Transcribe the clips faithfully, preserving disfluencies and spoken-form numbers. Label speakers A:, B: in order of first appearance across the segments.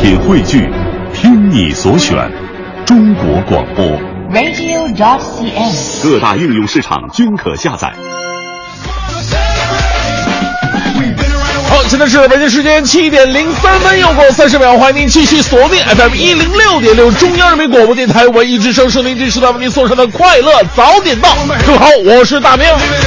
A: 品汇聚，听你所选，中国广播
B: radio dot c n，
A: 各大应用市场均可下载。
C: 好，现在是北京时间七点零三分，又过三十秒，欢迎您继续锁定 F M 一零六点六中央人民广播电台文艺之声，是您这时段为您送上的快乐早点到。各位好，我是大明。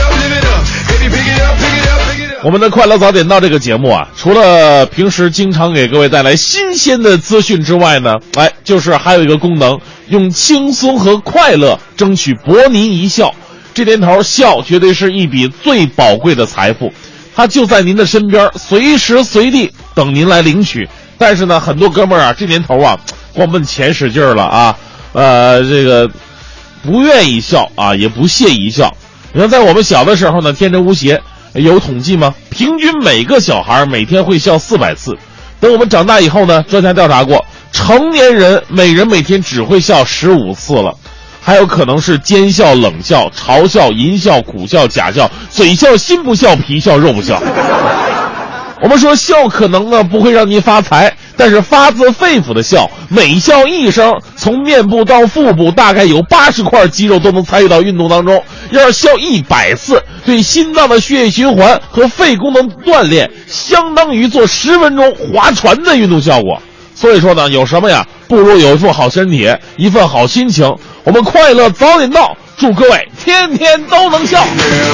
C: 我们的快乐早点到这个节目啊，除了平时经常给各位带来新鲜的资讯之外呢，哎，就是还有一个功能，用轻松和快乐争取博您一笑。这年头，笑绝对是一笔最宝贵的财富，它就在您的身边，随时随地等您来领取。但是呢，很多哥们儿啊，这年头啊，光奔钱使劲儿了啊，呃，这个不愿意笑啊，也不屑一笑。你看，在我们小的时候呢，天真无邪。有统计吗？平均每个小孩每天会笑四百次。等我们长大以后呢，专家调查过，成年人每人每天只会笑十五次了。还有可能是奸笑、冷笑、嘲笑、淫笑、苦笑、假笑、嘴笑、心不笑、皮笑、肉不笑。我们说笑可能呢不会让您发财，但是发自肺腑的笑，每笑一声，从面部到腹部大概有八十块肌肉都能参与到运动当中。要是笑一百次，对心脏的血液循环和肺功能锻炼，相当于做十分钟划船的运动效果。所以说呢，有什么呀，不如有一副好身体，一份好心情。我们快乐早点到，祝各位天天都能笑。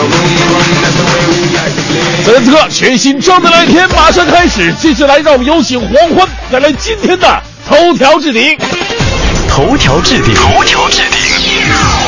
C: 本特全新正能量一天马上开始，接下来让我们有请黄欢带来今天的头条置顶。
A: 头条置顶，头条置顶。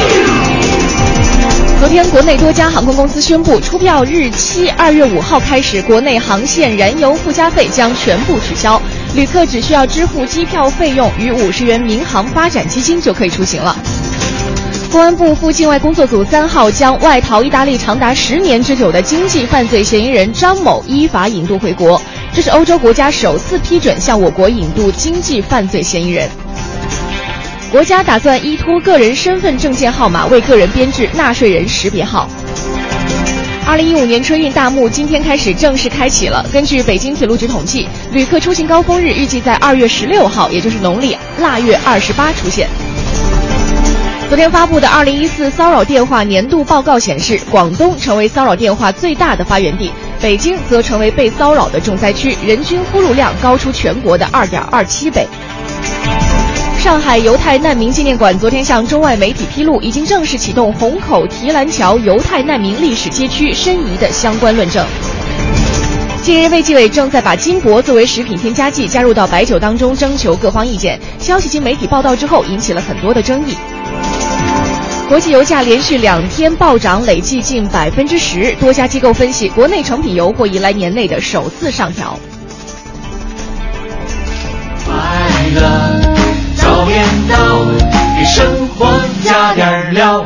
D: 昨天，国内多家航空公司宣布，出票日期二月五号开始，国内航线燃油附加费将全部取消，旅客只需要支付机票费用与五十元民航发展基金就可以出行了。公安部副境外工作组三号将外逃意大利长达十年之久的经济犯罪嫌疑人张某依法引渡回国，这是欧洲国家首次批准向我国引渡经济犯罪嫌疑人。国家打算依托个人身份证件号码为个人编制纳税人识别号。二零一五年春运大幕今天开始正式开启了。根据北京铁路局统计，旅客出行高峰日预计在二月十六号，也就是农历腊月二十八出现。昨天发布的二零一四骚扰电话年度报告显示，广东成为骚扰电话最大的发源地，北京则成为被骚扰的重灾区，人均呼入量高出全国的二点二七倍。上海犹太难民纪念馆昨天向中外媒体披露，已经正式启动虹口提篮桥犹太难民历史街区申遗的相关论证。近日，卫计委正在把金箔作为食品添加剂加入到白酒当中，征求各方意见。消息经媒体报道之后，引起了很多的争议。国际油价连续两天暴涨，累计近百分之十。多家机构分析，国内成品油或迎来年内的首次上调。
E: 快乐早点到，给生活加点料。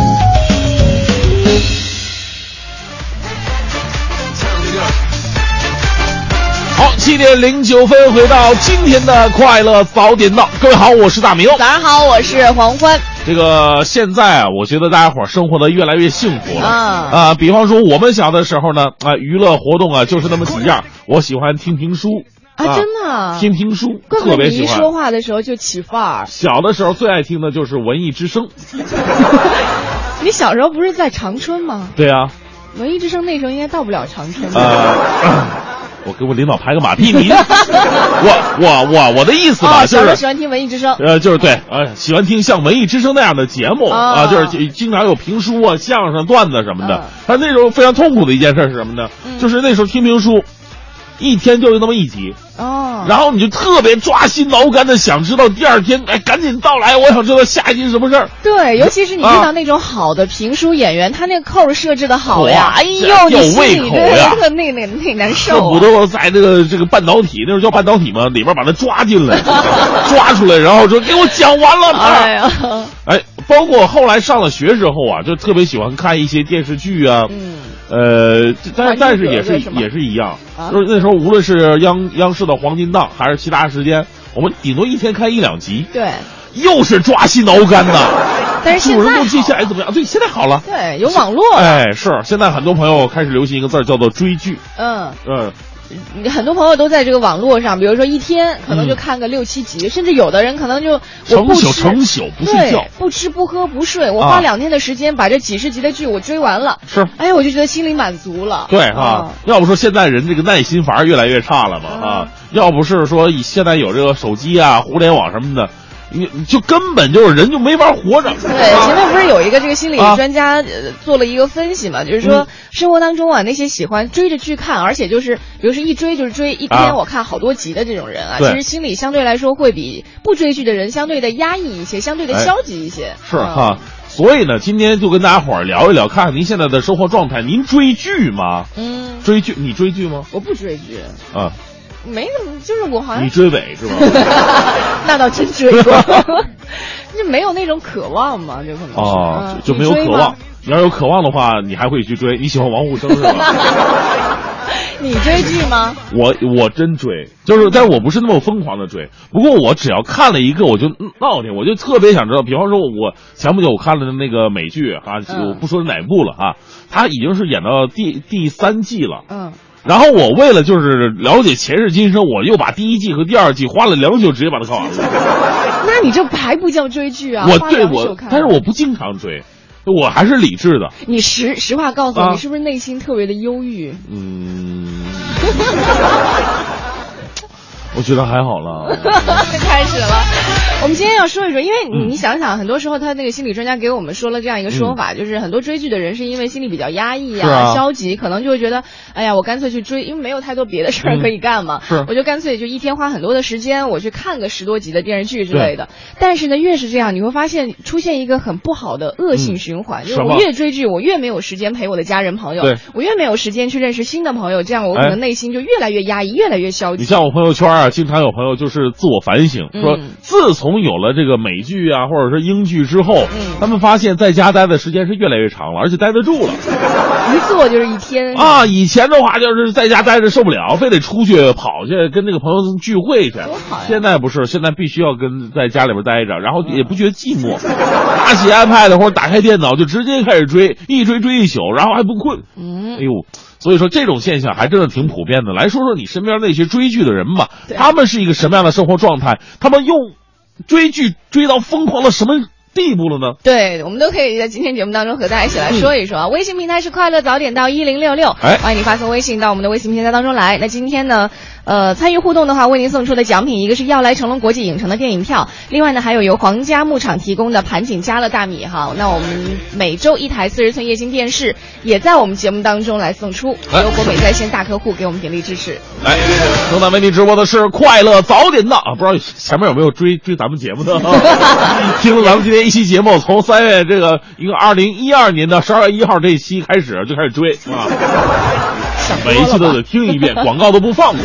C: 好，七点零九分，回到今天的快乐早点到。各位好，我是大明。
D: 早上好，我是黄欢。
C: 这个现在啊，我觉得大家伙儿生活的越来越幸福了啊、呃！比方说我们小的时候呢，啊、呃，娱乐活动啊就是那么几样。我喜欢听评书
D: 啊，
C: 啊
D: 真的
C: 听评书，特别喜欢。
D: 你一说话的时候就起范儿。
C: 小的时候最爱听的就是文艺之声。
D: 你小时候不是在长春吗？
C: 对啊，
D: 文艺之声那时候应该到不了长春吧？
C: 呃我给我领导拍个马屁，你我我我我的意思吧，
D: 哦、
C: 就是
D: 小时候喜欢听文艺之声，
C: 呃，就是对，呃，喜欢听像文艺之声那样的节目、哦、啊，就是经常有评书啊、相声、段子什么的。但、嗯、那时候非常痛苦的一件事是什么呢？嗯、就是那时候听评书，一天就有那么一集哦，然后你就特别抓心挠肝的想知道第二天，哎，赶紧到来，我想知道下一集是什么事儿。
D: 对，尤其是你遇到那种好的评书演员，啊、他那个扣设置的好呀，哎呦，
C: 有胃口呀，
D: 那那那那难受、啊，
C: 恨不得在这个这个半导体，那时候叫半导体嘛，里边把它抓进来，抓出来，然后说给我讲完了。哎呀，哎，包括后来上了学之后啊，就特别喜欢看一些电视剧啊。嗯。呃，但但是也是也是一样，啊、就是那时候无论是央央视的黄金档还是其他时间，我们顶多一天看一两集，
D: 对，
C: 又是抓心挠肝的。
D: 但是现在
C: 接下来怎么样？对，现在好了，
D: 对，有网络。
C: 哎，是现在很多朋友开始流行一个字叫做追剧。嗯
D: 嗯， 很多朋友都在这个网络上，比如说一天可能就看个六七集，嗯、甚至有的人可能就我不吃
C: 成宿不睡觉，
D: 不吃不喝不睡，我花两天的时间把这几十集的剧我追完了，
C: 是，
D: 哎，我就觉得心里满足了。
C: 对啊，嗯、要不说现在人这个耐心反而越来越差了嘛、嗯、啊，要不是说现在有这个手机啊、互联网什么的。你你就根本就是人就没法活着。
D: 对，前面不是有一个这个心理专家、啊、呃做了一个分析嘛，就是说、嗯、生活当中啊那些喜欢追着剧看，而且就是比如说一追就是追一天我看好多集的这种人啊，啊其实心理相对来说会比不追剧的人相对的压抑一些，相对的消极一些。
C: 哎、是哈、嗯，所以呢，今天就跟大家伙儿聊一聊，看看您现在的生活状态。您追剧吗？嗯，追剧，你追剧吗？
D: 我不追剧。
C: 啊。
D: 没怎么，就是我好像
C: 你追尾是吧？
D: 那倒真追过，就没有那种渴望嘛，就可能是
C: 哦、
D: 嗯，
C: 就没有渴望。你要有渴望的话，你还会去追。你喜欢王沪生是吧？
D: 你追剧吗？
C: 我我真追，就是但是我不是那么疯狂的追。不过我只要看了一个，我就闹挺，我就特别想知道。比方说，我前不久我看了那个美剧啊，我不说是哪部了啊，它已经是演到第第三季了。嗯。然后我为了就是了解前世今生，我又把第一季和第二季花了良久，直接把它看完了。
D: 那你这还不叫追剧啊？
C: 我对我，但是我不经常追，我还是理智的。
D: 你实实话告诉我，啊、你是不是内心特别的忧郁？
C: 嗯，我觉得还好了。
D: 开始了。我们今天要说一说，因为你你想想，很多时候他那个心理专家给我们说了这样一个说法，嗯、就是很多追剧的人是因为心里比较压抑啊、啊消极，可能就会觉得，哎呀，我干脆去追，因为没有太多别的事儿可以干嘛，嗯、我就干脆就一天花很多的时间，我去看个十多集的电视剧之类的。但是呢，越是这样，你会发现出现一个很不好的恶性循环，嗯、就是我越追剧，我越没有时间陪我的家人朋友，我越没有时间去认识新的朋友，这样我可能内心就越来越压抑，越来越消极。
C: 你像我朋友圈啊，经常有朋友就是自我反省，嗯、说自从有了这个美剧啊，或者是英剧之后，嗯、他们发现在家待的时间是越来越长了，而且待得住了。
D: 一坐就是一天
C: 啊！以前的话就是在家待着受不了，非得出去跑去跟那个朋友聚会去。现在不是，现在必须要跟在家里边待着，然后也不觉得寂寞，嗯、拿起 iPad 或者打开电脑就直接开始追，一追追一宿，然后还不困。嗯，哎呦。所以说这种现象还真的挺普遍的。来说说你身边那些追剧的人吧，他们是一个什么样的生活状态？他们用追剧追到疯狂的什么地步了呢？
D: 对，我们都可以在今天节目当中和大家一起来说一说啊。嗯、微信平台是快乐早点到一零六六，哎，欢迎你发送微信到我们的微信平台当中来。那今天呢，呃，参与互动的话，为您送出的奖品一个是要来成龙国际影城的电影票，另外呢还有由皇家牧场提供的盘锦家乐大米哈。那我们每周一台四十寸液晶电视也在我们节目当中来送出，由国美在线大客户给我们鼎力支持。
C: 来，正在为您直播的是快乐早点到啊！不知道前面有没有追追咱们节目的？听了咱们今天一期节目，从三月这个一个二零一二年的十二月一号这一期开始就开始追啊，每一期都得听一遍，广告都不放过。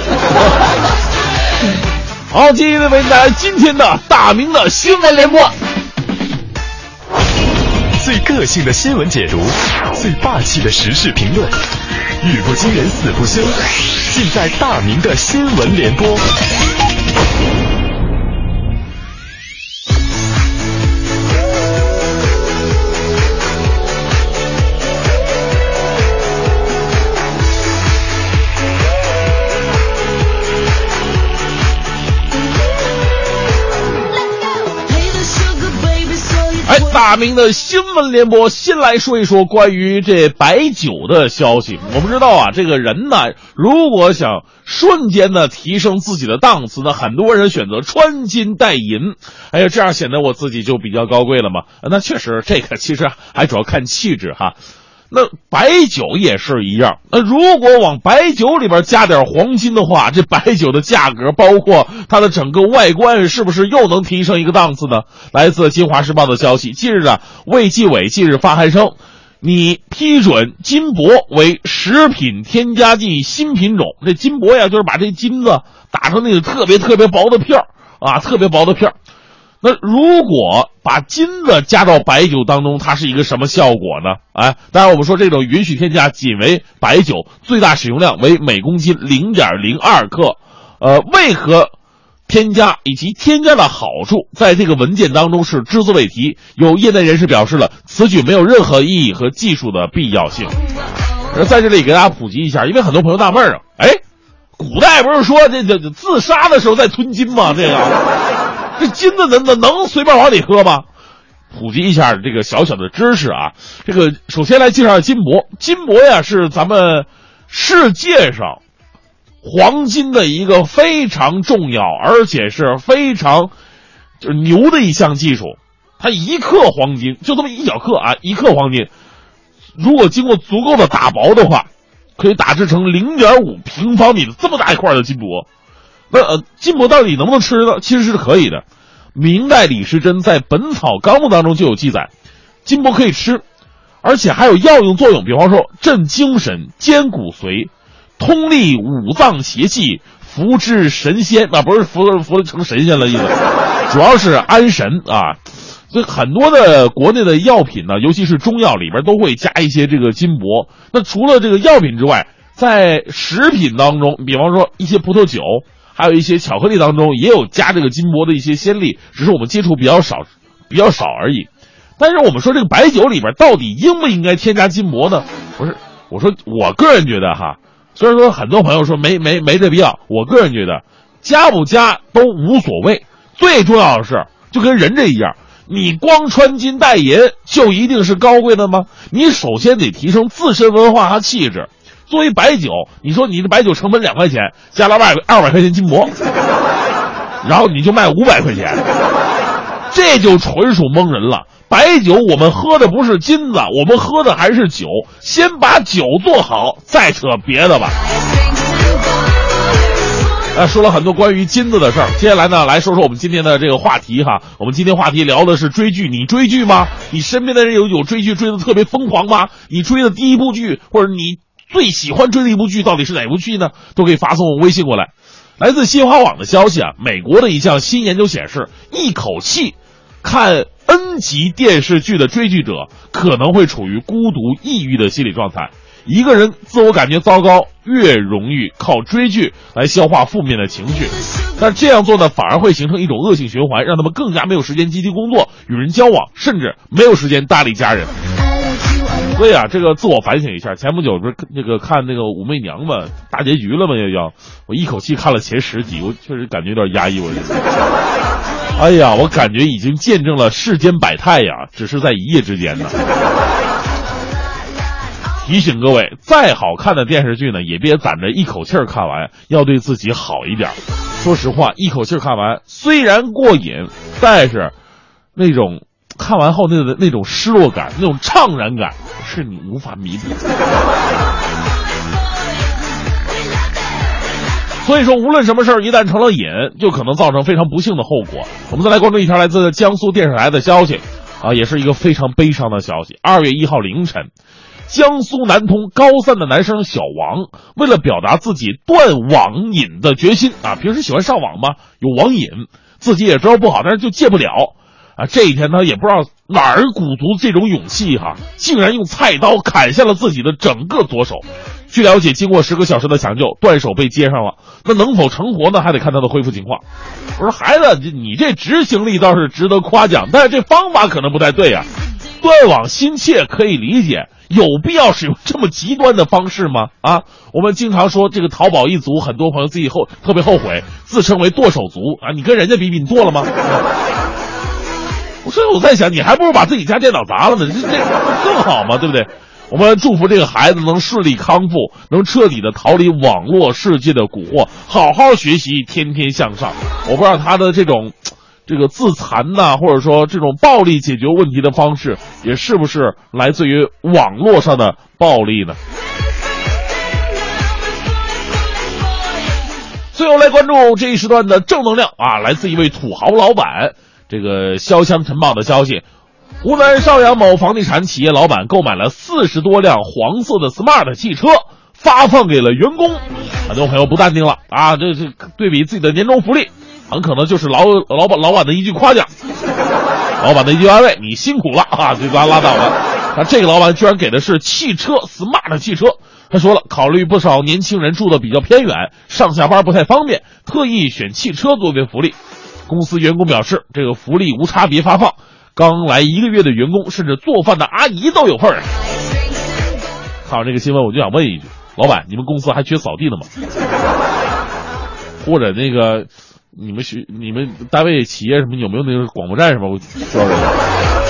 C: 好，接着为您带来今天的大明的新闻联播，
A: 最个性的新闻解读，最霸气的时事评论，语不惊人死不休，尽在大明的新闻联播。
C: 大明的新闻联播，先来说一说关于这白酒的消息。我们知道啊，这个人呢，如果想瞬间的提升自己的档次呢，很多人选择穿金戴银，哎呀，这样显得我自己就比较高贵了嘛。那确实，这个其实还主要看气质哈。那白酒也是一样，那如果往白酒里边加点黄金的话，这白酒的价格包括它的整个外观是不是又能提升一个档次呢？来自新华时报的消息，近日啊，卫计委近日发函称，拟批准金箔为食品添加剂新品种。这金箔呀，就是把这金子打成那个特别特别薄的片儿啊，特别薄的片儿。那如果把金子加到白酒当中，它是一个什么效果呢？哎，当然我们说这种允许添加仅为白酒，最大使用量为每公斤 零点零二 克。呃，为何添加以及添加的好处，在这个文件当中是只字未提。有业内人士表示了，此举没有任何意义和技术的必要性。而在这里给大家普及一下，因为很多朋友纳闷啊，哎， 古代不是说这这自杀的时候再吞金吗？这个这金子能能能随便往里喝吗？普及一下这个小小的知识啊，这个首先来介绍金箔。金箔呀是咱们世界上黄金的一个非常重要而且是非常就是牛的一项技术。它一克黄金就这么一小克啊，一克黄金如果经过足够的打薄的话，可以打制成 零点五 平方米的这么大一块的金箔。那呃，金箔到底能不能吃呢？其实是可以的。明代李时珍在《本草纲目》当中就有记载，金箔可以吃，而且还有药用作用，比方说镇精神、坚骨髓、通利五脏邪气、服治神仙啊，不是服服成神仙了意思，主要是安神啊。所以很多的国内的药品呢，尤其是中药里边都会加一些这个金箔。那除了这个药品之外，在食品当中，比方说一些葡萄酒，还有一些巧克力当中也有加这个金箔的一些先例，只是我们接触比较少比较少而已。但是我们说这个白酒里边到底应不应该添加金箔呢？不是，我说我个人觉得哈，虽然说很多朋友说没没没这必要，我个人觉得加不加都无所谓。最重要的是，就跟人这一样，你光穿金戴银就一定是高贵的吗？你首先得提升自身文化和气质。作为白酒，你说你的白酒成本两块钱，加了二百二百块钱金箔，然后你就卖五百块钱，这就纯属蒙人了。白酒我们喝的不是金子，我们喝的还是酒，先把酒做好，再扯别的吧。啊，说了很多关于金子的事儿，接下来呢，来说说我们今天的这个话题哈。我们今天话题聊的是追剧，你追剧吗？你身边的人有有追剧追的特别疯狂吗？你追的第一部剧，或者你最喜欢追的一部剧到底是哪部剧呢？都可以发送微信过来。来自新华网的消息啊，美国的一项新研究显示，一口气看 N 级电视剧的追剧者可能会处于孤独抑郁的心理状态。一个人自我感觉糟糕，越容易靠追剧来消化负面的情绪，但这样做呢，反而会形成一种恶性循环，让他们更加没有时间积极工作、与人交往，甚至没有时间搭理家人。所以啊，这个自我反省一下。前不久不是那个看那个武媚娘嘛，大结局了嘛，也要我一口气看了前十集，我确实感觉有点压抑。我觉得，哎呀，我感觉已经见证了世间百态呀，只是在一夜之间呢。提醒各位，再好看的电视剧呢，也别攒着一口气儿看完，要对自己好一点。说实话，一口气儿看完虽然过瘾，但是那种看完后那个那种失落感、那种怅然感，是你无法弥补的。所以说，无论什么事儿一旦成了瘾，就可能造成非常不幸的后果。我们再来关注一条来自江苏电视台的消息啊，也是一个非常悲伤的消息。二月一号凌晨，江苏南通高三的男生小王，为了表达自己断网瘾的决心啊，平时喜欢上网嘛，有网瘾，自己也知道不好，但是就戒不了啊。这一天他也不知道哪儿鼓足这种勇气哈、啊，竟然用菜刀砍下了自己的整个左手。据了解，经过十个小时的抢救，断手被接上了。那能否成活呢？还得看他的恢复情况。我说孩子，你这执行力倒是值得夸奖，但是这方法可能不太对啊。断网心切可以理解，有必要使用这么极端的方式吗？啊，我们经常说这个淘宝一族，很多朋友自己后特别后悔，自称为剁手族啊。你跟人家比比，你剁了吗？所以我在想，你还不如把自己家电脑砸了呢，这这更好嘛，对不对？我们祝福这个孩子能顺利康复，能彻底的逃离网络世界的蛊惑，好好学习，天天向上。我不知道他的这种这个自残呐、啊，或者说这种暴力解决问题的方式，也是不是来自于网络上的暴力呢？最后来关注这一时段的正能量啊，来自一位土豪老板，这个潇湘晨报的消息。湖南邵阳某房地产企业老板购买了四十多辆黄色的 smart 汽车，发放给了员工。很多朋友不淡定了啊，这这对比自己的年终福利，很可能就是老老板老板的一句夸奖，老板的一句安慰，你辛苦了啊，这拉拉倒了。啊，这个老板居然给的是汽车 smart 汽车。他说了，考虑不少年轻人住的比较偏远，上下班不太方便，特意选汽车作为福利。公司员工表示，这个福利无差别发放。刚来一个月的员工，甚至做饭的阿姨都有份儿。看完这个新闻，我就想问一句：老板，你们公司还缺扫地的吗？ 或者那个你们学你们单位企业什么有没有那个广播站什么？我说这个，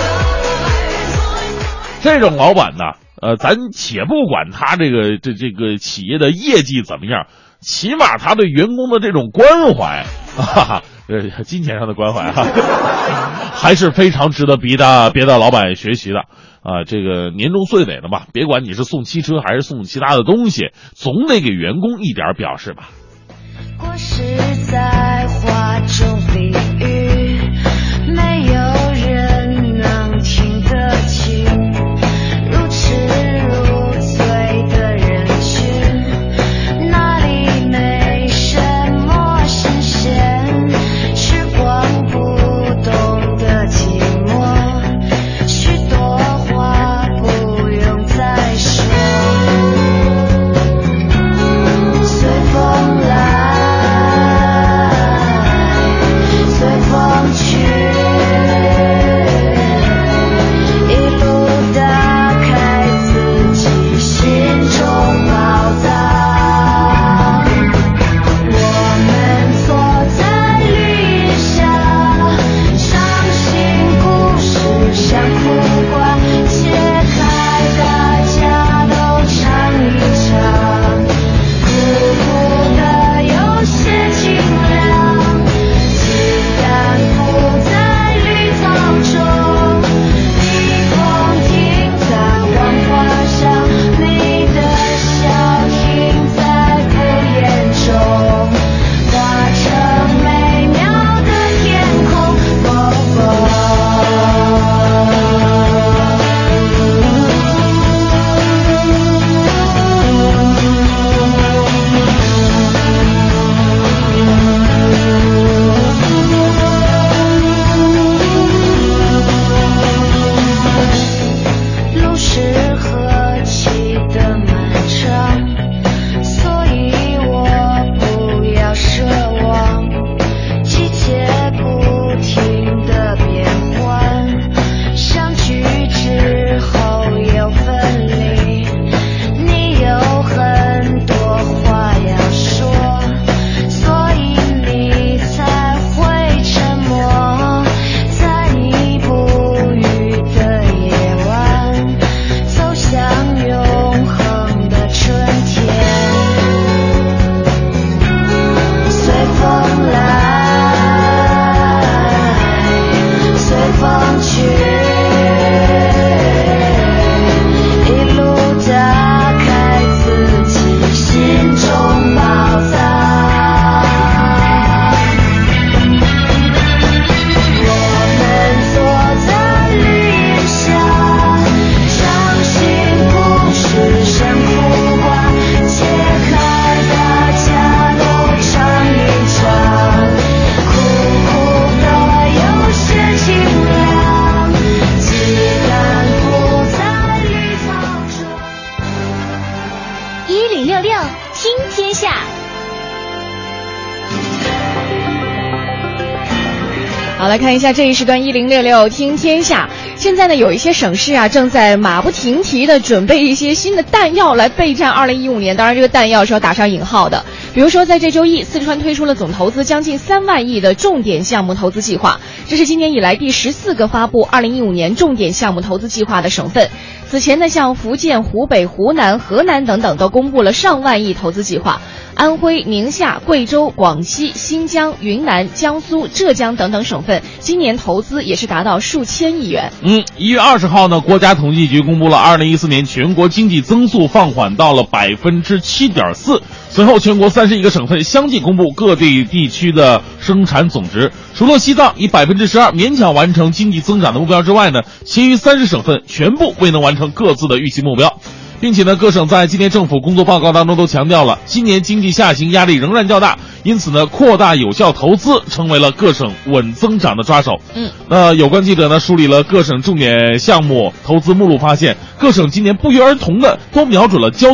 C: 这种老板呢，呃，咱且不管他这个这这个企业的业绩怎么样，起码他对员工的这种关怀，哈哈，呃，金钱上的关怀哈，还是非常值得别的别的老板学习的。啊，这个年终岁尾了嘛，别管你是送汽车还是送其他的东西，总得给员工一点表示吧。
F: 果实在画中比喻，没有人能听得清，如痴如醉的人群，那里没什么新鲜，时光不懂得寂寞，许多话不用再说，随风来
D: 好，来看一下这一时段一零六六听天下。现在呢，有一些省市啊，正在马不停蹄的准备一些新的弹药来备战二零一五年。当然，这个弹药是要打上引号的。比如说，在这周一，四川推出了总投资将近三万亿的重点项目投资计划，这是今年以来第十四个发布二零一五年重点项目投资计划的省份。此前呢，像福建、湖北、湖南、河南等等都公布了上万亿投资计划。安徽、宁夏、贵州、广西、新疆、云南、江苏、浙江等等省份今年投资也是达到数千亿元。
C: 嗯，一月二十号呢，国家统计局公布了二零一四年全国经济增速放缓到了百分之七点四。随后，全国三十一个省份相继公布各地地区的生产总值，除了西藏以百分之十二勉强完成经济增长的目标之外呢，其余三十省份全部未能完成各自的预期目标。并且呢，各省在今年政府工作报告当中都强调了，今年经济下行压力仍然较大，因此呢，扩大有效投资成为了各省稳增长的抓手。
D: 嗯，
C: 那有关记者呢梳理了各省重点项目投资目录，发现各省今年不约而同的都瞄准了交通、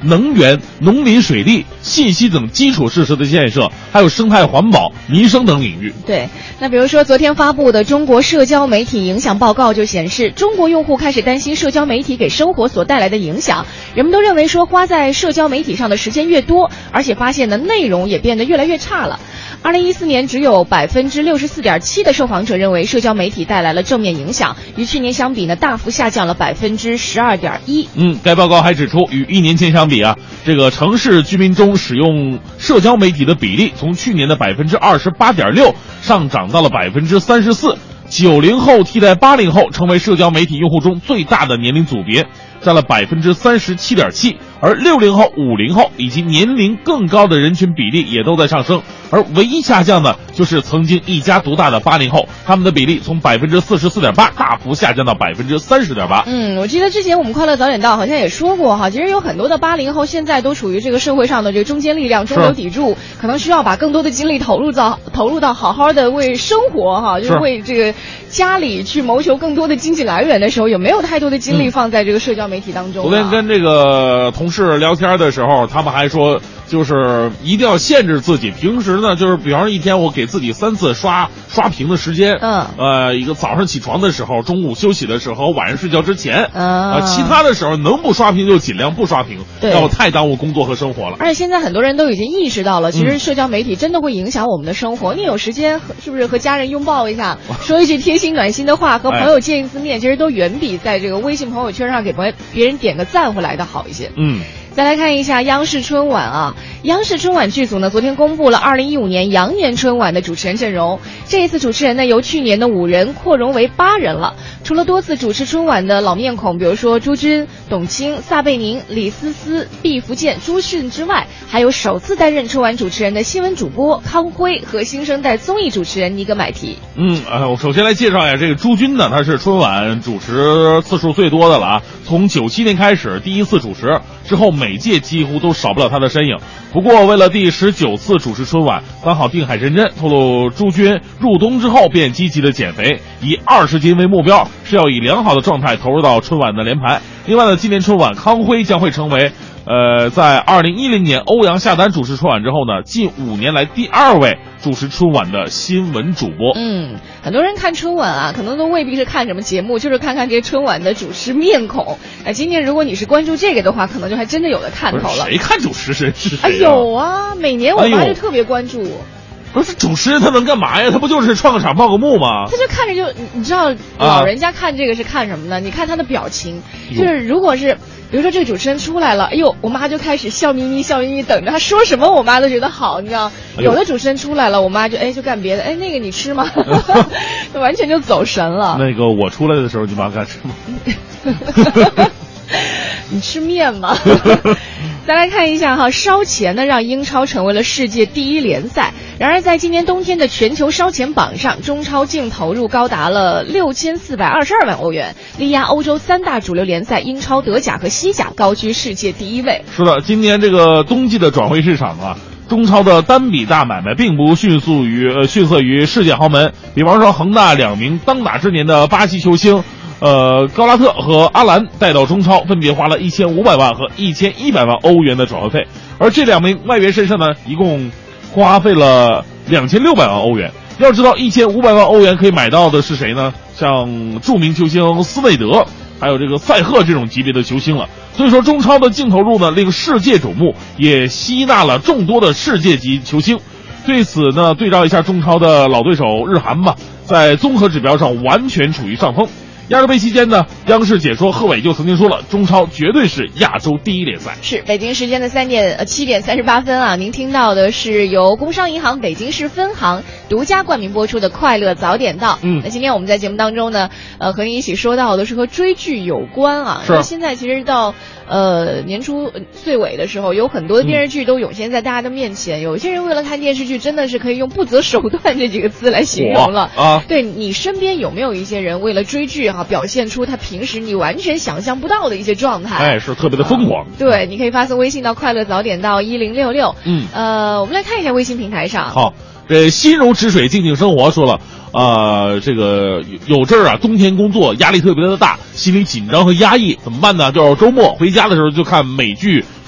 C: 能源、农林水利、信息等基础设施的建设，还有生态环保、民生等领域。
D: 对，那比如说昨天发布的中国社交媒体影响报告就显示，中国用户开始担心社交媒体给生活所带来的影响。人们都认为说，花在社交媒体上的时间越多，而且发现呢内容也变得越来越差了。二零一四年，只有百分之六十四点七的受访者认为社交媒体带来了正面影响，与去年相比呢，大幅下降了百分之十二点一。
C: 嗯，该报告还指出，与一年前相比啊，这个城市居民中使用社交媒体的比例从去年的百分之二十八点六上涨到了百分之三十四。九零后替代八零后成为社交媒体用户中最大的年龄组别，占了百分之三十七点七。而六零后、五零后以及年龄更高的人群比例也都在上升，而唯一下降的就是曾经一家独大的八零后，他们的比例从百分之四十四点八大幅下降到百分之三十点八。
D: 嗯，我记得之前我们快乐早点到好像也说过哈，其实有很多的八零后现在都处于这个社会上的这个中坚力量、中流砥柱，可能需要把更多的精力投入到投入到好好的为生活哈，就是为这个家里去谋求更多的经济来源的时候，有没有太多的精力放在这个社交媒体当中？
C: 昨天跟这个同事聊天的时候，他们还说，就是一定要限制自己。平时呢，就是比方说一天我给自己三次刷刷屏的时间，
D: 嗯，
C: 呃，一个早上起床的时候，中午休息的时候，晚上睡觉之前，
D: 嗯，
C: 呃，其他的时候能不刷屏就尽量不刷屏，
D: 对，
C: 要不太耽误工作和生活了。
D: 而且现在很多人都已经意识到了，其实社交媒体真的会影响我们的生活。嗯、你有时间是不是和家人拥抱一下，说一句贴心暖心的话，和朋友见一次面，哎、其实都远比在这个微信朋友圈上给别别人点个赞会来的好一些。
C: 嗯。
D: 再来看一下央视春晚啊，央视春晚剧组呢昨天公布了二零一五年羊年春晚的主持人阵容。这一次主持人呢由去年的五人扩容为八人了。除了多次主持春晚的老面孔，比如说朱军、董卿、撒贝宁、李思思、毕福剑、朱迅之外，还有首次担任春晚主持人的新闻主播康辉和新生代综艺主持人尼格买提。
C: 嗯，呃，我首先来介绍一下这个朱军呢，他是春晚主持次数最多的了啊，从九七年开始第一次主持之后，每届几乎都少不了他的身影。不过为了第十九次主持春晚，刚好定海神针透露，朱军入冬之后便积极的减肥，以二十斤为目标，是要以良好的状态投入到春晚的联排。另外呢，今年春晚康辉将会成为呃，在二零一零年欧阳夏丹主持春晚之后呢，近五年来第二位主持春晚的新闻主播。
D: 嗯，很多人看春晚啊，可能都未必是看什么节目，就是看看这些春晚的主持面孔。哎，今年如果你是关注这个的话，可能就还真的有的看头了。
C: 谁看主持人是谁、啊？
D: 哎有啊，每年我妈就特别关注。哎
C: 不是主持人他能干嘛呀？他不就是串个场报个幕吗？
D: 他就看着就你知道老人家看这个是看什么呢？啊、你看他的表情，就是如果是比如说这个主持人出来了，哎呦，我妈就开始笑眯眯笑眯眯等着他说什么，我妈都觉得好，你知道。哎、有的主持人出来了，我妈就哎就干别的，哎那个你吃吗？完全就走神了。
C: 那个我出来的时候，你妈干吃
D: 吗？你吃面吗？再来看一下哈，烧钱呢让英超成为了世界第一联赛。然而在今年冬天的全球烧钱榜上，中超净投入高达了六千四百二十二万欧元，力压欧洲三大主流联赛英超、德甲和西甲，高居世界第一位。
C: 是的，今年这个冬季的转会市场啊，中超的单笔大买卖并不迅速于呃逊色于世界豪门，比方说恒大两名当打之年的巴西球星。呃，高拉特和阿兰带到中超，分别花了一千五百万和一千一百万欧元的转会费，而这两名外援身上呢，一共花费了两千六百万欧元。要知道，一千五百万欧元可以买到的是谁呢？像著名球星斯内德，还有这个赛赫这种级别的球星了。所以说，中超的净投入呢，令世界瞩目，也吸纳了众多的世界级球星。对此呢，对照一下中超的老对手日韩吧，在综合指标上完全处于上风。亚洲杯期间呢，央视解说贺炜就曾经说了，中超绝对是亚洲第一联赛。
D: 是北京时间的三点呃七点三十八分啊，您听到的是由工商银行北京市分行独家冠名播出的《快乐早点到》。
C: 嗯，
D: 那今天我们在节目当中呢，呃，和您一起说到的是和追剧有关啊。
C: 是。
D: 因为现在其实到呃年初岁尾的时候，有很多的电视剧都涌现在大家的面前。嗯、有些人为了看电视剧，真的是可以用不择手段这几个字来形容了
C: 啊。
D: 对，你身边有没有一些人为了追剧啊，表现出他平时你完全想象不到的一些状态？
C: 哎，是特别的疯狂。
D: 呃、对，你可以发送微信到快乐早点到一零六六。
C: 嗯，
D: 呃，我们来看一下微信平台上。
C: 好，这心如止水静静生活说了，呃，这个有有阵儿啊，冬天工作压力特别的大，心里紧张和压抑，怎么办呢？就是周末回家的时候就看美剧《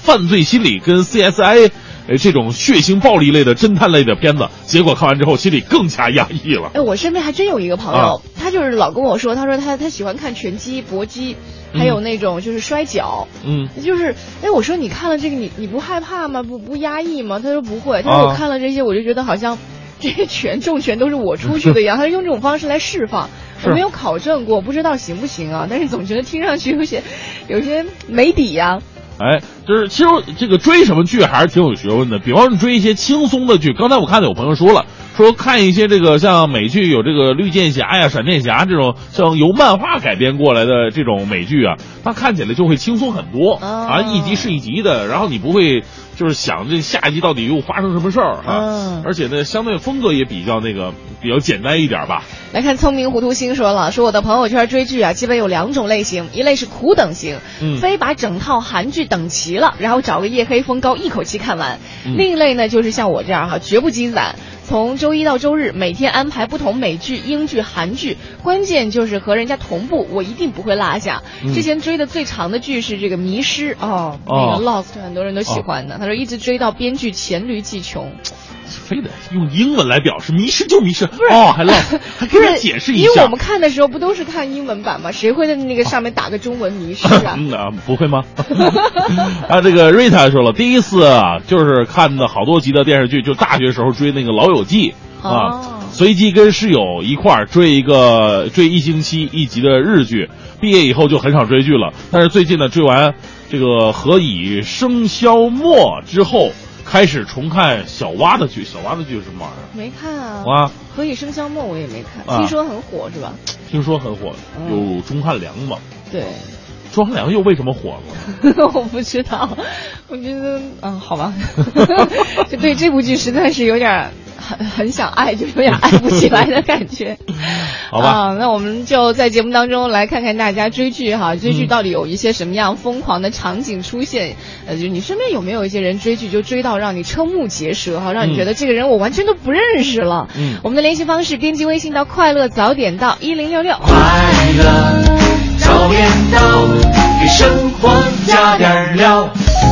C: 犯罪心理跟 C S I。呃，这种血腥暴力类的侦探类的片子，结果看完之后心里更加压抑了。
D: 哎，我身边还真有一个朋友，啊、他就是老跟我说，他说他他喜欢看拳击、搏击，还有那种就是摔跤。嗯，就是哎，我说你看了这个，你你不害怕吗？不不压抑吗？他说不会，他说我看了这些，我就觉得好像这些拳重拳都是我出去的一样，他是用这种方式来释放。我没有考证过，不知道行不行啊？但是总觉得听上去有些有些没底呀、啊。
C: 哎，就是其实这个追什么剧还是挺有学问的。比方说追一些轻松的剧，刚才我看到有朋友说了，说看一些这个像美剧有这个绿箭侠呀、闪电侠这种像由漫画改编过来的这种美剧啊，它看起来就会轻松很多、哦、啊，一集是一集的，然后你不会就是想这下一集到底又发生什么事儿啊、嗯，而且呢，相对风格也比较那个比较简单一点吧。
D: 来看聪明糊涂星说了，说我的朋友圈追剧啊，基本有两种类型，一类是苦等型，嗯，非把整套韩剧等齐了，然后找个夜黑风高一口气看完；嗯、另一类呢，就是像我这样哈，绝不积攒。从周一到周日，每天安排不同美剧、英剧、韩剧，关键就是和人家同步，我一定不会落下。嗯、之前追的最长的剧是这个《迷失》哦，那个 Lost 很多人都喜欢的。哦、他说一直追到编剧黔驴技穷。
C: 非得用英文来表示迷失就迷失哦，还 lost 还给人解释一下。
D: 因为我们看的时候不都是看英文版吗？谁会在那个上面打个中文迷失啊？
C: 嗯啊，不会吗？啊，这个瑞塔说了，第一次啊，就是看的好多集的电视剧，就大学时候追那个《老友记》啊，哦、随机跟室友一块儿追一个追一星期一集的日剧。毕业以后就很少追剧了，但是最近呢，追完这个《何以笙箫默》之后。开始重看小蛙的剧，小蛙的剧是什么玩意儿？
D: 没看啊。
C: 啊，
D: 何以笙箫默我也没看，啊、听说很火是吧？
C: 听说很火，嗯、有钟汉良嘛？
D: 对。
C: 钟汉良又为什么火了？
D: 我不知道，我觉得嗯，好吧，就对这部剧实在是有点很很想爱，就有点爱不起来的感觉。
C: 好吧、
D: 啊，那我们就在节目当中来看看大家追剧哈，追剧到底有一些什么样疯狂的场景出现？嗯、呃，就你身边有没有一些人追剧就追到让你瞠目结舌哈，让你觉得这个人我完全都不认识了？嗯，我们的联系方式编辑微信到快乐早点到一零六六。
E: 快乐早点到，给生活加点料。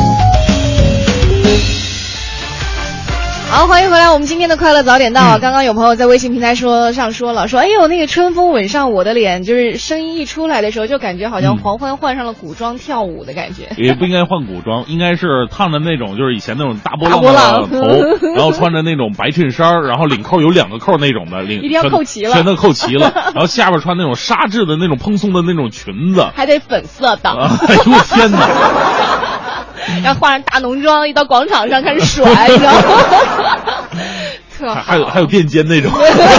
D: 好，欢迎回来，我们今天的快乐早点到啊！嗯、刚刚有朋友在微信平台说上说了，说哎呦那个春风吻上我的脸，就是声音一出来的时候，就感觉好像黄欢换上了古装跳舞的感觉。
C: 也不应该换古装，应该是烫的那种，就是以前那种大波浪的头，然后穿着那种白衬衫，然后领扣有两个扣那种的，领
D: 一定要扣齐了，
C: 全都扣齐了，然后下边穿那种纱质的那种蓬松的那种裙子，
D: 还得粉色的。
C: 哎呦天哪！
D: 然后化上大浓妆，一到广场上开始甩，你知道吗？特好，
C: 还有还有垫肩那种。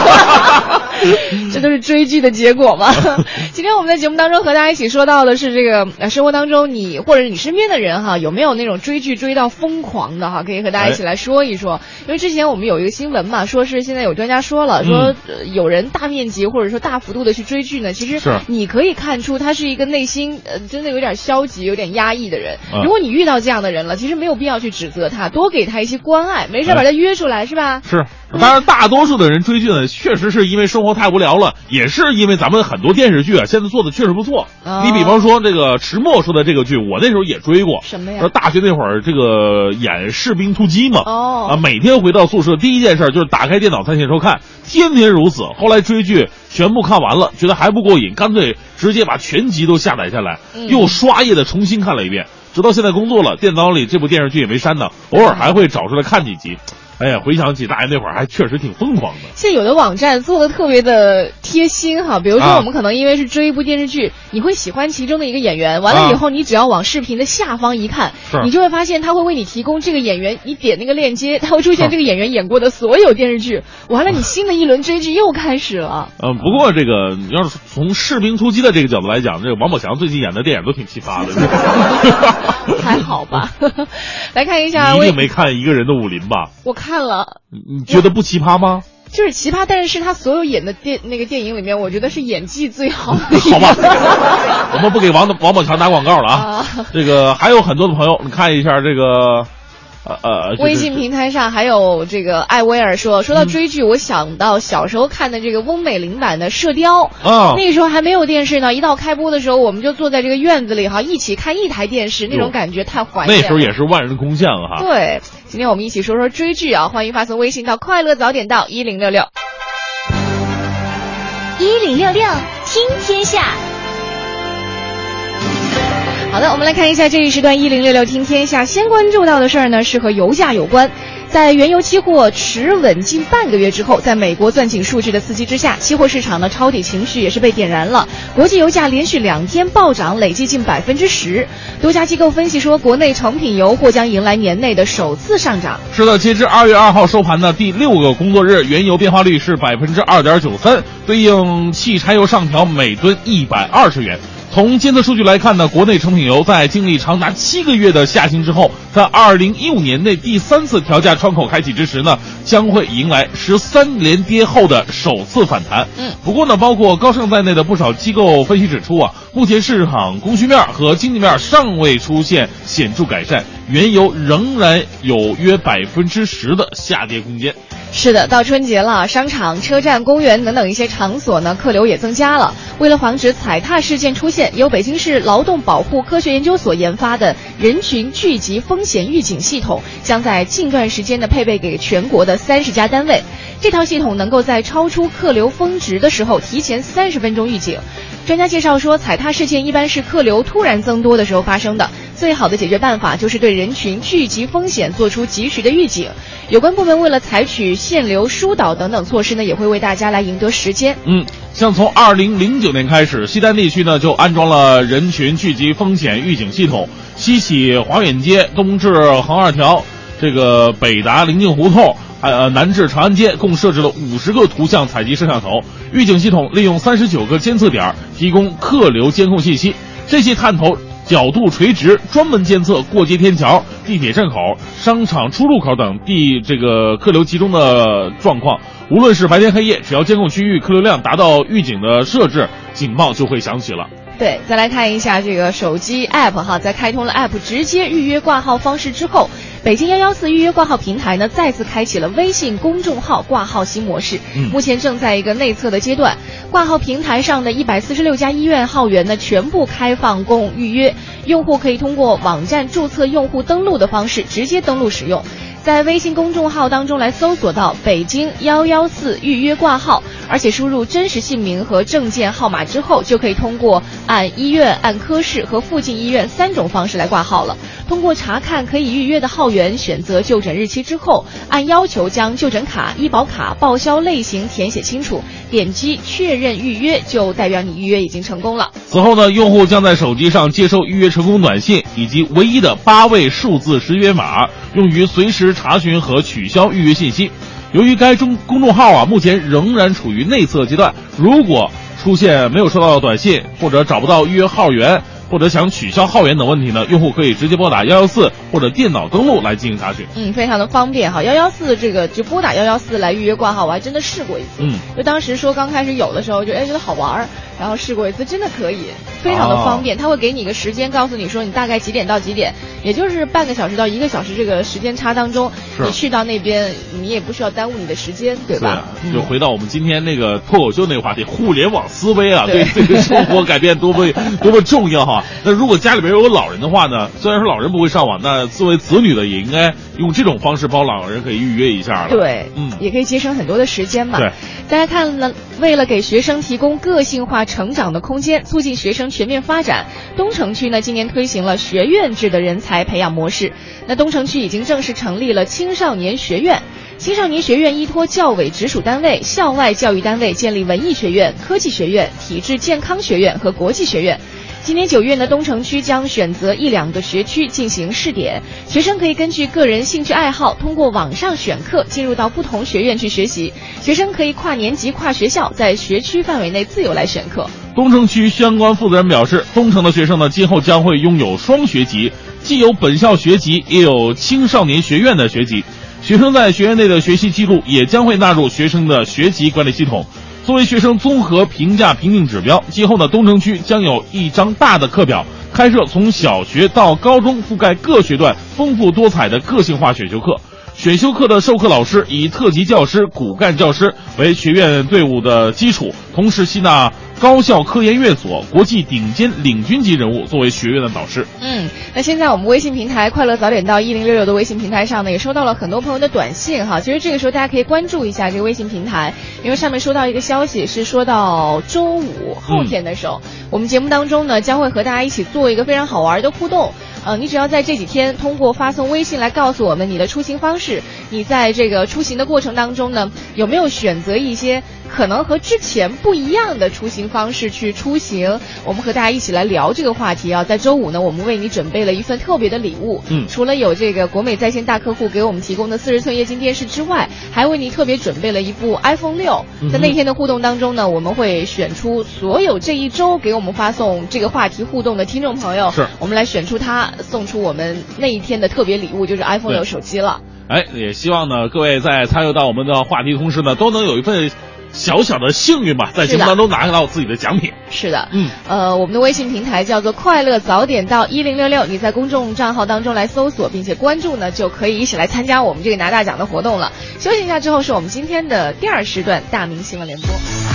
D: 这都是追剧的结果吗？今天我们在节目当中和大家一起说到的是这个呃生活当中你或者你身边的人哈，有没有那种追剧追到疯狂的哈？可以和大家一起来说一说。因为之前我们有一个新闻嘛，说是现在有专家说了，说、呃、有人大面积或者说大幅度的去追剧呢，其实你可以看出他是一个内心呃真的有点消极、有点压抑的人。嗯、如果你遇到这样的人了，其实没有必要去指责他，多给他一些关爱，没事把他约出来，是吧？
C: 是。当然，大多数的人追剧呢，确实是因为生活太无聊了，也是因为咱们很多电视剧啊，现在做的确实不错。哦、你比方说这个迟墨说的这个剧，我那时候也追过。
D: 什么呀？
C: 大学那会儿，这个演士兵突击嘛。
D: 哦。
C: 啊，每天回到宿舍，第一件事就是打开电脑在线收看，天天如此。后来追剧全部看完了，觉得还不过瘾，干脆直接把全集都下载下来，嗯、又刷页的重新看了一遍。直到现在工作了，电脑里这部电视剧也没删呢，偶尔还会找出来看几集。哎呀，回想起大爷那会儿还确实挺疯狂的。
D: 现在有的网站做的特别的贴心哈，比如说我们可能因为是追一部电视剧，啊、你会喜欢其中的一个演员，完了以后你只要往视频的下方一看，啊、你就会发现他会为你提供这个演员，你点那个链接，他会出现这个演员演过的所有电视剧，完了你新的一轮追剧又开始了。
C: 嗯，不过这个你要是从士兵突击的这个角度来讲，这个王宝强最近演的电影都挺奇葩的。
D: 还好吧。来看一下，
C: 你一定没看一个人的武林吧？
D: 我看了。
C: 你觉得不奇葩吗？
D: 就是奇葩，但是是他所有演的电那个电影里面，我觉得是演技最好的。
C: 好吧，我们不给王王宝强打广告了啊。啊这个还有很多的朋友，你看一下这个， 呃呃，
D: 微信平台上还有这个艾薇儿说，说到追剧，我想到小时候看的这个翁美玲版的《射雕》
C: 啊，
D: 那个时候还没有电视呢，一到开播的时候，我们就坐在这个院子里哈，一起看一台电视，那种感觉太怀念了。
C: 那时候也是万人空巷哈。
D: 对，今天我们一起说说追剧啊，欢迎发送微信到快乐早点到一零六六
B: 一零六六听天下。
D: 好的，我们来看一下这一时段一零六六听天下。先关注到的事儿呢，是和油价有关。在原油期货持稳近半个月之后，在美国钻井数据的刺激之下，期货市场的抄底情绪也是被点燃了。国际油价连续两天暴涨，累计近百分之十。多家机构分析说，国内成品油或将迎来年内的首次上涨。
C: 是的，截至二月二号收盘的第六个工作日，原油变化率是百分之二点九三，对应汽柴油上调每吨一百二十元。从监测数据来看呢，国内成品油在经历长达七个月的下行之后，在二零一五年内第三次调价窗口开启之时呢，将会迎来十三连跌后的首次反弹。
D: 嗯，
C: 不过呢，包括高盛在内的不少机构分析指出啊，目前市场供需面和经济面尚未出现显著改善，原油仍然有约百分之十的下跌空间。
D: 是的，到春节了，商场、车站、公园等等一些场所呢，客流也增加了。为了防止踩踏事件出现，由北京市劳动保护科学研究所研发的人群聚集风险预警系统，将在近段时间呢配备给全国的三十家单位。这套系统能够在超出客流峰值的时候提前三十分钟预警。专家介绍说，踩踏事件一般是客流突然增多的时候发生的，最好的解决办法就是对人群聚集风险做出及时的预警。有关部门为了采取限流疏导等等措施呢，也会为大家来赢得时间。
C: 嗯，像从二零零九年开始，西单地区呢就安装了人群聚集风险预警系统，西起华远街，东至横二条，这个北达临近胡同，呃，南至长安街，共设置了五十个图像采集摄像头。预警系统利用三十九个监测点提供客流监控信息，这些探头角度垂直，专门监测过街天桥、地铁站口、商场出入口等地这个客流集中的状况。无论是白天黑夜，只要监控区域客流量达到预警的设置，警报就会响起了。
D: 对，再来看一下这个手机 app 哈，在开通了 app 直接预约挂号方式之后，北京一一四预约挂号平台呢再次开启了微信公众号挂号新模式，
C: 嗯、
D: 目前正在一个内测的阶段。挂号平台上的一百四十六家医院号源呢全部开放供预约，用户可以通过网站注册用户登录的方式直接登录使用。在微信公众号当中来搜索到北京一一四预约挂号，而且输入真实姓名和证件号码之后，就可以通过按医院、按科室和附近医院三种方式来挂号了。通过查看可以预约的号源，选择就诊日期之后，按要求将就诊卡、医保卡、报销类型填写清楚，点击确认预约，就代表你预约已经成功了。
C: 此后呢，用户将在手机上接收预约成功短信以及唯一的八位数字识别码，用于随时查询和取消预约信息。由于该中公众号啊目前仍然处于内测阶段，如果出现没有收到短信，或者找不到预约号源，或者想取消号源等问题呢，用户可以直接拨打一一四或者电脑登录来进行查询。
D: 嗯，非常的方便哈。一一四这个就拨打一一四来预约挂号，我还真的试过一次。
C: 嗯，
D: 就当时说刚开始有的时候就哎觉得好玩，然后试过一次，真的可以，非常的方便。他、哦、会给你一个时间，告诉你说你大概几点到几点，也就是半个小时到一个小时这个时间差当中，你去到那边，你也不需要耽误你的时间，对吧？
C: 对，就回到我们今天那个脱口秀那个话题，互联网思维啊，对这个生活改变多么多么重要哈。那如果家里边有老人的话呢，虽然说老人不会上网，那作为子女的也应该用这种方式帮老人可以预约一下了。
D: 对，
C: 嗯，
D: 也可以节省很多的时间嘛。
C: 对，
D: 大家看呢，为了给学生提供个性化成长的空间，促进学生全面发展，东城区呢今年推行了学院制的人才培养模式。那东城区已经正式成立了青少年学院。青少年学院依托教委直属单位、校外教育单位建立文艺学院、科技学院、体质健康学院和国际学院。今年九月呢，东城区将选择一两个学区进行试点，学生可以根据个人兴趣爱好，通过网上选课进入到不同学院去学习。学生可以跨年级、跨学校，在学区范围内自由来选课。
C: 东城区相关负责人表示，东城的学生呢，今后将会拥有双学籍，既有本校学籍，也有青少年学院的学籍。学生在学院内的学习记录也将会纳入学生的学籍管理系统。作为学生综合评价评定指标，今后呢，东城区将有一张大的课表， 开设从小学到高中覆盖各学段丰富多彩的个性化选修课。选修课的授课老师以特级教师、骨干教师为学院队伍的基础，同时吸纳高校科研院所、国际顶尖领军级人物作为学院的导师。
D: 嗯，那现在我们微信平台快乐早点到一零六六的微信平台上呢，也收到了很多朋友的短信哈。其实这个时候大家可以关注一下这个微信平台，因为上面收到一个消息，是说到周五后天的时候，嗯、我们节目当中呢将会和大家一起做一个非常好玩的互动。呃，你只要在这几天通过发送微信来告诉我们你的出行方式，你在这个出行的过程当中呢，有没有选择一些可能和之前不一样的出行方式去出行？我们和大家一起来聊这个话题啊。在周五呢，我们为你准备了一份特别的礼物，嗯，除了有这个国美在线大客户给我们提供的四十寸液晶电视之外，还为你特别准备了一部 iPhone 六。在那天的互动当中呢，我们会选出所有这一周给我们发送这个话题互动的听众朋友，是我们来选出他，送出我们那一天的特别礼物，就是 iPhone 六手机了。
C: 哎，也希望呢各位在参与到我们的话题的同时呢，都能有一份小小的幸运吧，在节目当中拿到自己的奖品。
D: 是的，嗯，呃，我们的微信平台叫做快乐早点到一零六六，你在公众账号当中来搜索并且关注呢，就可以一起来参加我们这个拿大奖的活动了。休息一下之后，是我们今天的第二时段大明新闻联播。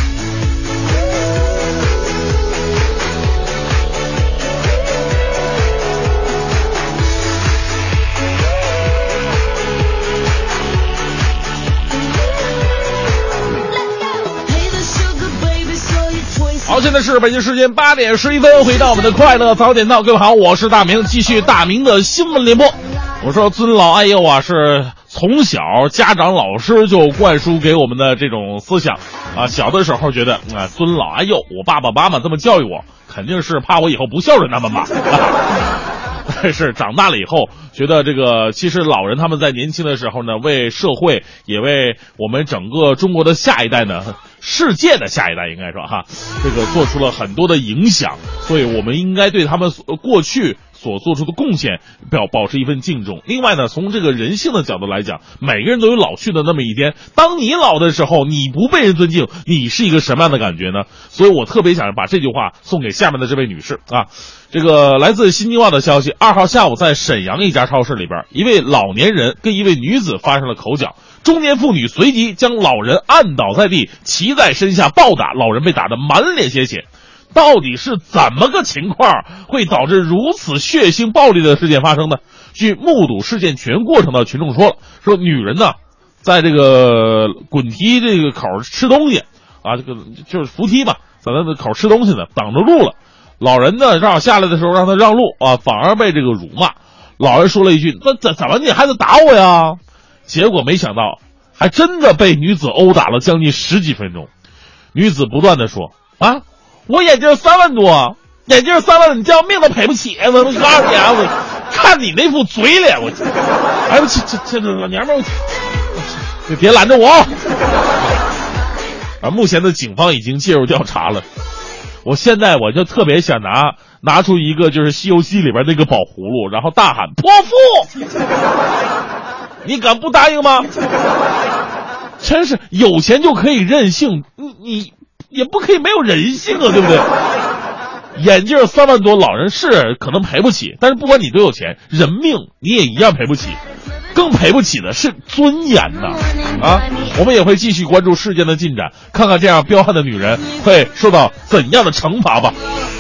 C: 好，现在是北京时间八点十一分，回到我们的快乐早点到，各位好，我是大明，继续大明的新闻联播。我说尊老爱幼啊，是从小家长老师就灌输给我们的这种思想啊。小的时候觉得啊，尊老爱幼，我爸爸妈妈这么教育我，肯定是怕我以后不孝顺他们吧。但是长大了以后，觉得这个其实老人他们在年轻的时候呢，为社会也为我们整个中国的下一代呢，世界的下一代应该说哈，这个做出了很多的影响，所以我们应该对他们过去所做出的贡献表保持一份敬重。另外呢，从这个人性的角度来讲，每个人都有老去的那么一天，当你老的时候，你不被人尊敬，你是一个什么样的感觉呢？所以我特别想把这句话送给下面的这位女士啊。这个来自新京报的消息，二号下午在沈阳一家超市里边，一位老年人跟一位女子发生了口角，中年妇女随即将老人按倒在地，骑在身下暴打，老人被打得满脸鲜血。到底是怎么个情况会导致如此血腥暴力的事件发生呢？据目睹事件全过程的群众说了，说女人呢在这个滚梯这个口吃东西啊，这个就是扶梯吧，在那个口吃东西呢，挡着路了。老人呢让下来的时候让他让路啊，反而被这个辱骂。老人说了一句：“那怎怎么你还得打我呀？”结果没想到，还真的被女子殴打了将近十几分钟。女子不断的说：“啊，我眼镜三万多，眼镜三万，你这样命都赔不起。我我告诉你啊，我看你那副嘴脸，我哎不起，这这这老娘们儿，你别拦着我啊！目前的警方已经介入调查了。我现在我就特别想拿拿出一个就是《西游记》里边那个宝葫芦，然后大喊泼妇，你敢不答应吗？真是有钱就可以任性，你你也不可以没有人性啊，对不对？眼镜三万多，老人是可能赔不起，但是不管你多有钱，人命你也一样赔不起。更赔不起的是尊严呐！啊，我们也会继续关注事件的进展，看看这样彪悍的女人会受到怎样的惩罚吧。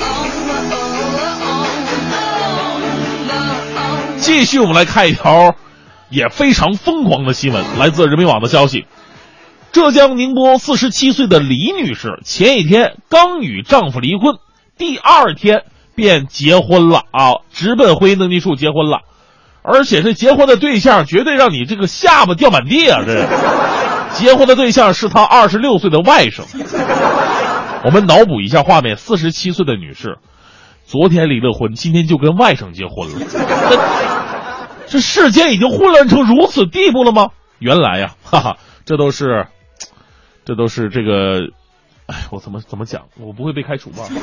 C: 继续，我们来看一条也非常疯狂的新闻，来自人民网的消息：浙江宁波四十七岁的李女士，前一天刚与丈夫离婚，第二天便结婚了啊，直奔婚姻登记处结婚了。而且这结婚的对象绝对让你这个下巴掉满地啊！这结婚的对象是他二十六岁的外甥。我们脑补一下画面：四十七岁的女士，昨天离了婚，今天就跟外甥结婚了。这这世间已经混乱成如此地步了吗？原来呀，哈哈，这都是，这都是这个，哎，我怎么怎么讲？我不会被开除吧？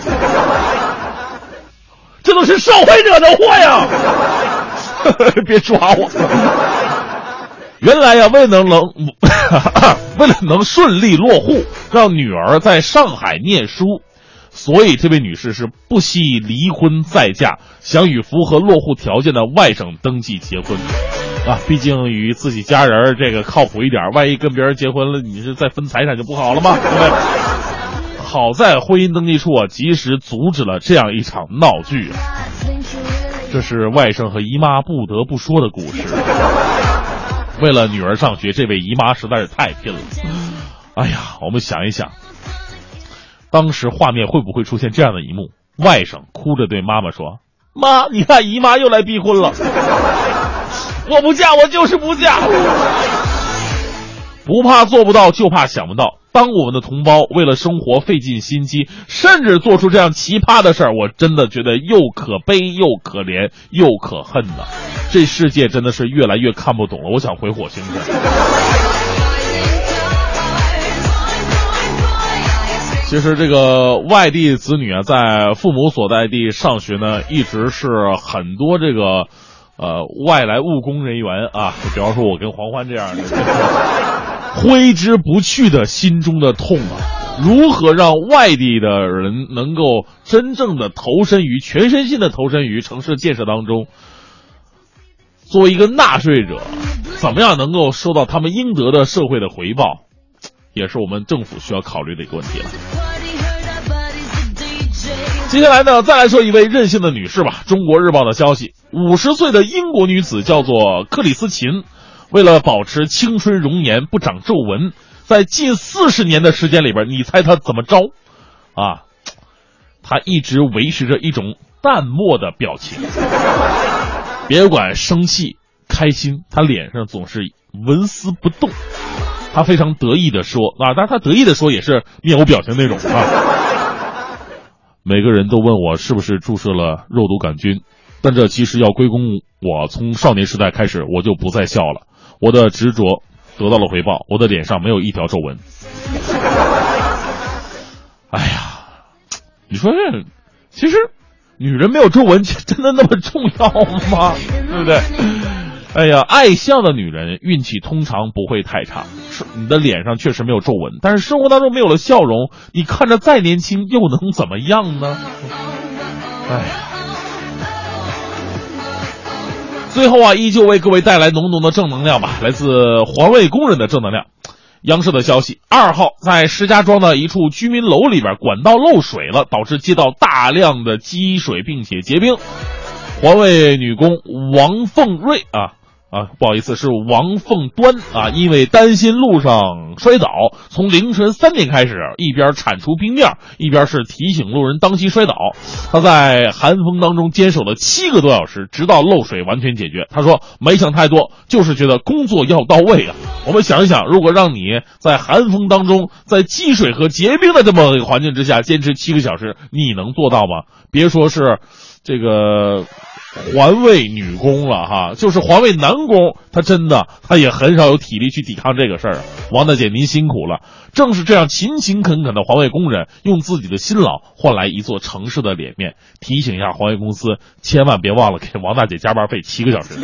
C: 这都是受贿者的祸呀！别抓我！原来呀，为了能为了能顺利落户，让女儿在上海念书， 所以这位女士是不惜离婚再嫁，想与符合落户条件的外甥登记结婚。啊，毕竟与自己家人这个靠谱一点，万一跟别人结婚了，你是再分财产就不好了吗？对不对？好在婚姻登记处啊及时阻止了这样一场闹剧啊。这是外甥和姨妈不得不说的故事。为了女儿上学，这位姨妈实在是太拼了。哎呀，我们想一想，当时画面会不会出现这样的一幕？外甥哭着对妈妈说：“妈，你看姨妈又来逼婚了。”我不嫁，我就是不嫁。不怕做不到，就怕想不到。当我们的同胞为了生活费尽心机，甚至做出这样奇葩的事儿，我真的觉得又可悲又可怜又可恨的。这世界真的是越来越看不懂了，我想回火星去。其实这个外地子女啊，在父母所在地上学呢，一直是很多这个呃外来务工人员啊，比方说我跟黄欢这样的挥之不去的心中的痛啊。如何让外地的人能够真正的投身于全身心的投身于城市建设当中，作为一个纳税者，怎么样能够收到他们应得的社会的回报，也是我们政府需要考虑的一个问题了。接下来呢，再来说一位任性的女士吧。中国日报的消息，五十岁的英国女子叫做克里斯琴，为了保持青春容颜不长皱纹，在近四十年的时间里边，你猜她怎么着啊？她一直维持着一种淡漠的表情，别管生气开心，她脸上总是纹丝不动。她非常得意的说啊，当然她得意的说也是面无表情那种啊。每个人都问我是不是注射了肉毒杆菌，但这其实要归功我，从少年时代开始我就不再笑了，我的执着得到了回报，我的脸上没有一条皱纹。哎呀，你说这其实女人没有皱纹真的那么重要吗？对不对？哎呀，爱笑的女人运气通常不会太差，是你的脸上确实没有皱纹，但是生活当中没有了笑容，你看着再年轻又能怎么样呢？哎，最后啊，依旧为各位带来浓浓的正能量吧，来自环卫工人的正能量。央视的消息，二号在石家庄的一处居民楼里边管道漏水了，导致街道大量的积水并且结冰。环卫女工王凤瑞啊啊，不好意思，是王凤端啊，因为担心路上摔倒，从凌晨三点开始，一边铲除冰面，一边是提醒路人当心摔倒。他在寒风当中坚守了七个多小时，直到漏水完全解决。他说没想太多，就是觉得工作要到位啊。我们想一想，如果让你在寒风当中，在积水和结冰的这么一个环境之下坚持七个小时，你能做到吗？别说是这个环卫女工了哈，就是环卫男工，他真的他也很少有体力去抵抗这个事儿。王大姐您辛苦了，正是这样勤勤恳恳的环卫工人，用自己的辛劳换来一座城市的脸面。提醒一下环卫公司，千万别忘了给王大姐加班费七个小时。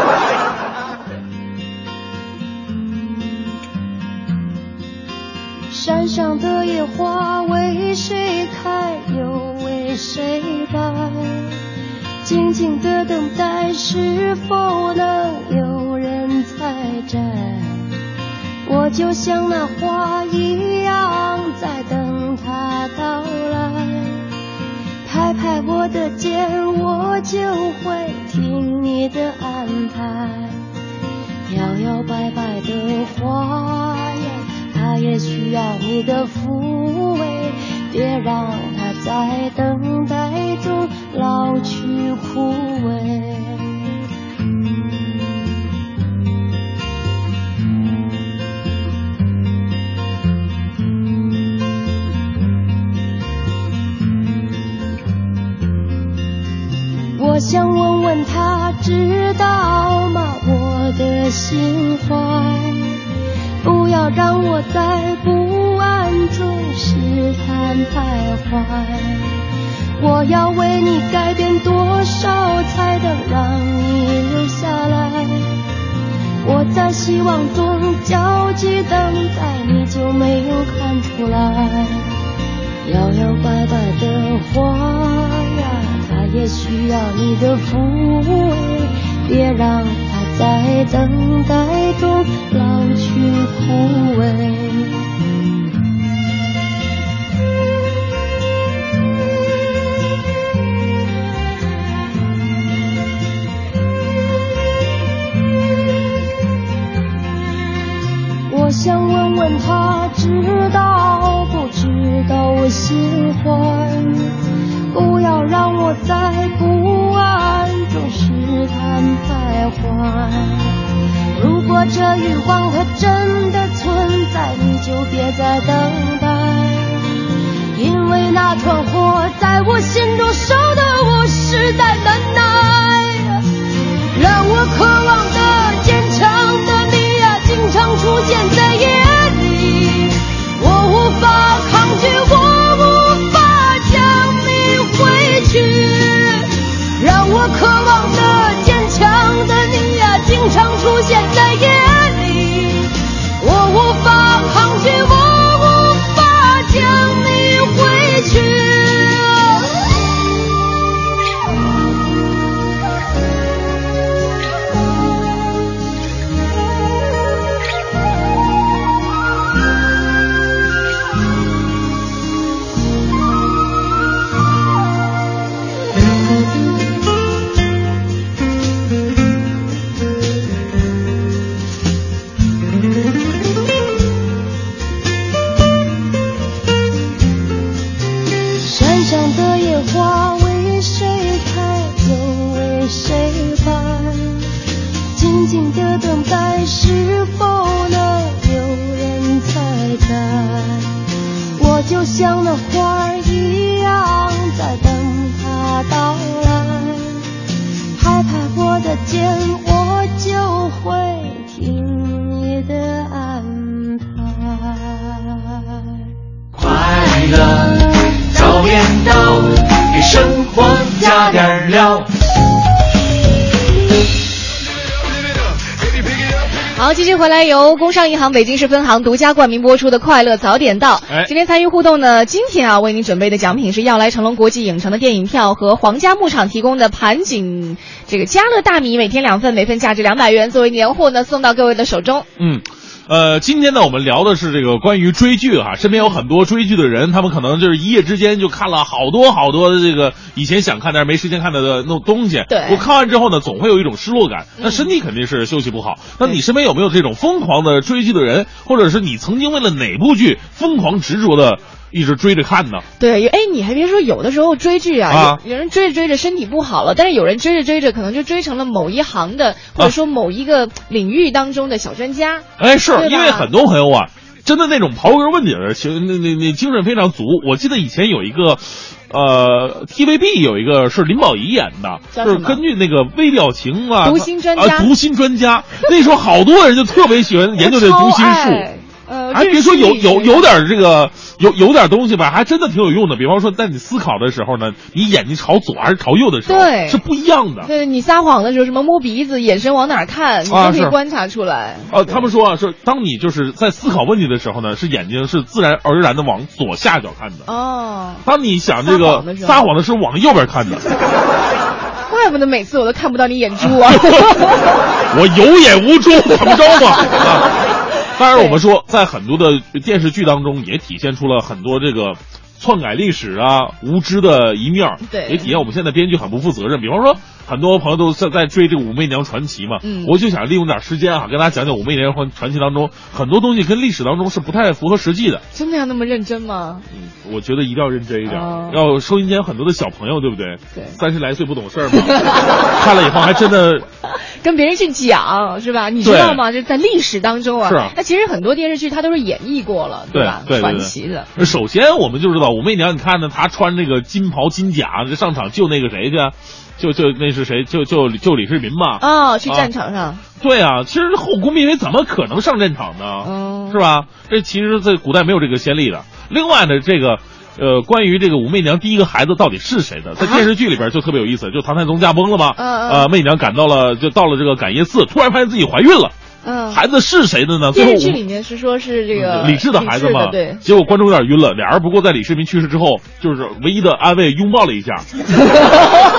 F: 山上的野花为谁开又为谁败，静静的等待，是否能有人采摘？我就像那花一样，在等它到来。拍拍我的肩，我就会听你的安排。摇摇摆摆的花呀，它也需要你的抚慰，别让它在等待中老去枯萎。我想问问他知道吗我的心怀，不要让我在不安中试探徘徊。我要为你改变多少才能让你留下来？我在希望中焦急等待，你就没有看出来？摇摇摆摆也需要你的抚慰，别让它在等待中老去枯萎。我想问问他，知道不知道我喜欢，不要让我在不安中试探徘徊。如果这欲望它真的存在，你就别再等待，因为那团火在我心中烧得我实在难耐。让我渴望的坚强的你啊，经常出现在夜里，我无法抗拒，我无法将你挥去。让我渴望的坚强的你啊，经常出现在夜里，我无法抗拒，我无法将你挥去。就像那花一样在等它到来，拍拍我的肩，我就会听你的安排。
E: 快乐早点到，给生活加点料。
D: 好，继续回来，由工商银行北京市分行独家冠名播出的《快乐早点到》。
C: 哎，
D: 今天参与互动呢，今天啊为您准备的奖品是要来成龙国际影城的电影票和皇家牧场提供的盘锦这个家乐大米，每天两份，每份价值两百元，作为年货呢送到各位的手中。
C: 嗯。呃，今天呢，我们聊的是这个关于追剧哈，身边有很多追剧的人，他们可能就是一夜之间就看了好多好多的这个以前想看但是没时间看的那种东西。
D: 对，
C: 我看完之后呢，总会有一种失落感，那身体肯定是休息不好。嗯、那你身边有没有这种疯狂的追剧的人，或者是你曾经为了哪部剧疯狂执着的一直追着看呢？
D: 对，哎，你还别说，有的时候追剧啊，
C: 啊
D: 有有人追着追着身体不好了，但是有人追着追着可能就追成了某一行的，或者说某一个领域当中的小专家。
C: 哎，是因为很多朋友啊，真的那种刨根问底的，那那那精神非常足。我记得以前有一个。呃 ，T V B 有一个是林保怡演的，就是根据那个微表情啊，
D: 读心专家，
C: 啊、读心专家。那时候好多人就特别喜欢研究这读心术。
D: 呃，
C: 还别说有有有点这个有有点东西吧，还真的挺有用的。比方说，在你思考的时候呢，你眼睛朝左还是朝右的时候，
D: 对，
C: 是不一样的。
D: 对，你撒谎的时候，什么摸鼻子、眼神往哪看，你都可以观察出来。
C: 呃、啊，他们说啊，是当你就是在思考问题的时候呢，是眼睛是自然而然的往左下角看的。
D: 哦。
C: 当你想这个撒谎的时候，往右边看的。
D: 怪不得每次我都看不到你眼珠啊！
C: 我有眼无珠，怎么着嘛？啊！当然，我们说，在很多的电视剧当中，也体现出了很多这个篡改历史啊、无知的一面。
D: 对，
C: 也体现我们现在编剧很不负责任。比方说，很多朋友都在在追这个《武媚娘传奇》嘛，
D: 嗯，
C: 我就想利用点时间啊，跟大家讲讲《武媚娘传奇》当中很多东西跟历史当中是不太符合实际的。
D: 真的要那么认真吗？
C: 嗯，我觉得一定要认真一点。
D: 哦、
C: 要收音间很多的小朋友，对不对？
D: 对，
C: 三十来岁不懂事儿嘛，看了以后还真的。
D: 跟别人去讲是吧？你知道吗？就在历史当中啊，
C: 是啊，
D: 那其实很多电视剧它都是演绎过了，
C: 对
D: 吧？
C: 对，
D: 传奇的。
C: 首先我们就知道武媚娘，你看呢，她穿这个金袍金甲，这上场救那个谁去？就就那是谁？就就救李世民嘛？
D: 哦，去战场上。
C: 啊对啊，其实后宫嫔妃怎么可能上战场呢？
D: 嗯，
C: 是吧？这其实在古代没有这个先例的。另外呢，这个。呃，关于这个武媚娘第一个孩子到底是谁的，在电视剧里边就特别有意思，就唐太宗驾崩了嘛，
D: 嗯嗯，
C: 呃，媚娘赶到了，就到了这个感业寺，突然发现自己怀孕了，
D: 嗯，
C: 孩子是谁的呢？
D: 电视剧里面是说是这个
C: 李治的孩子嘛，
D: 对，
C: 结果观众有点晕了，俩人不过在李世民去世之后，就是唯一的安慰拥抱了一下，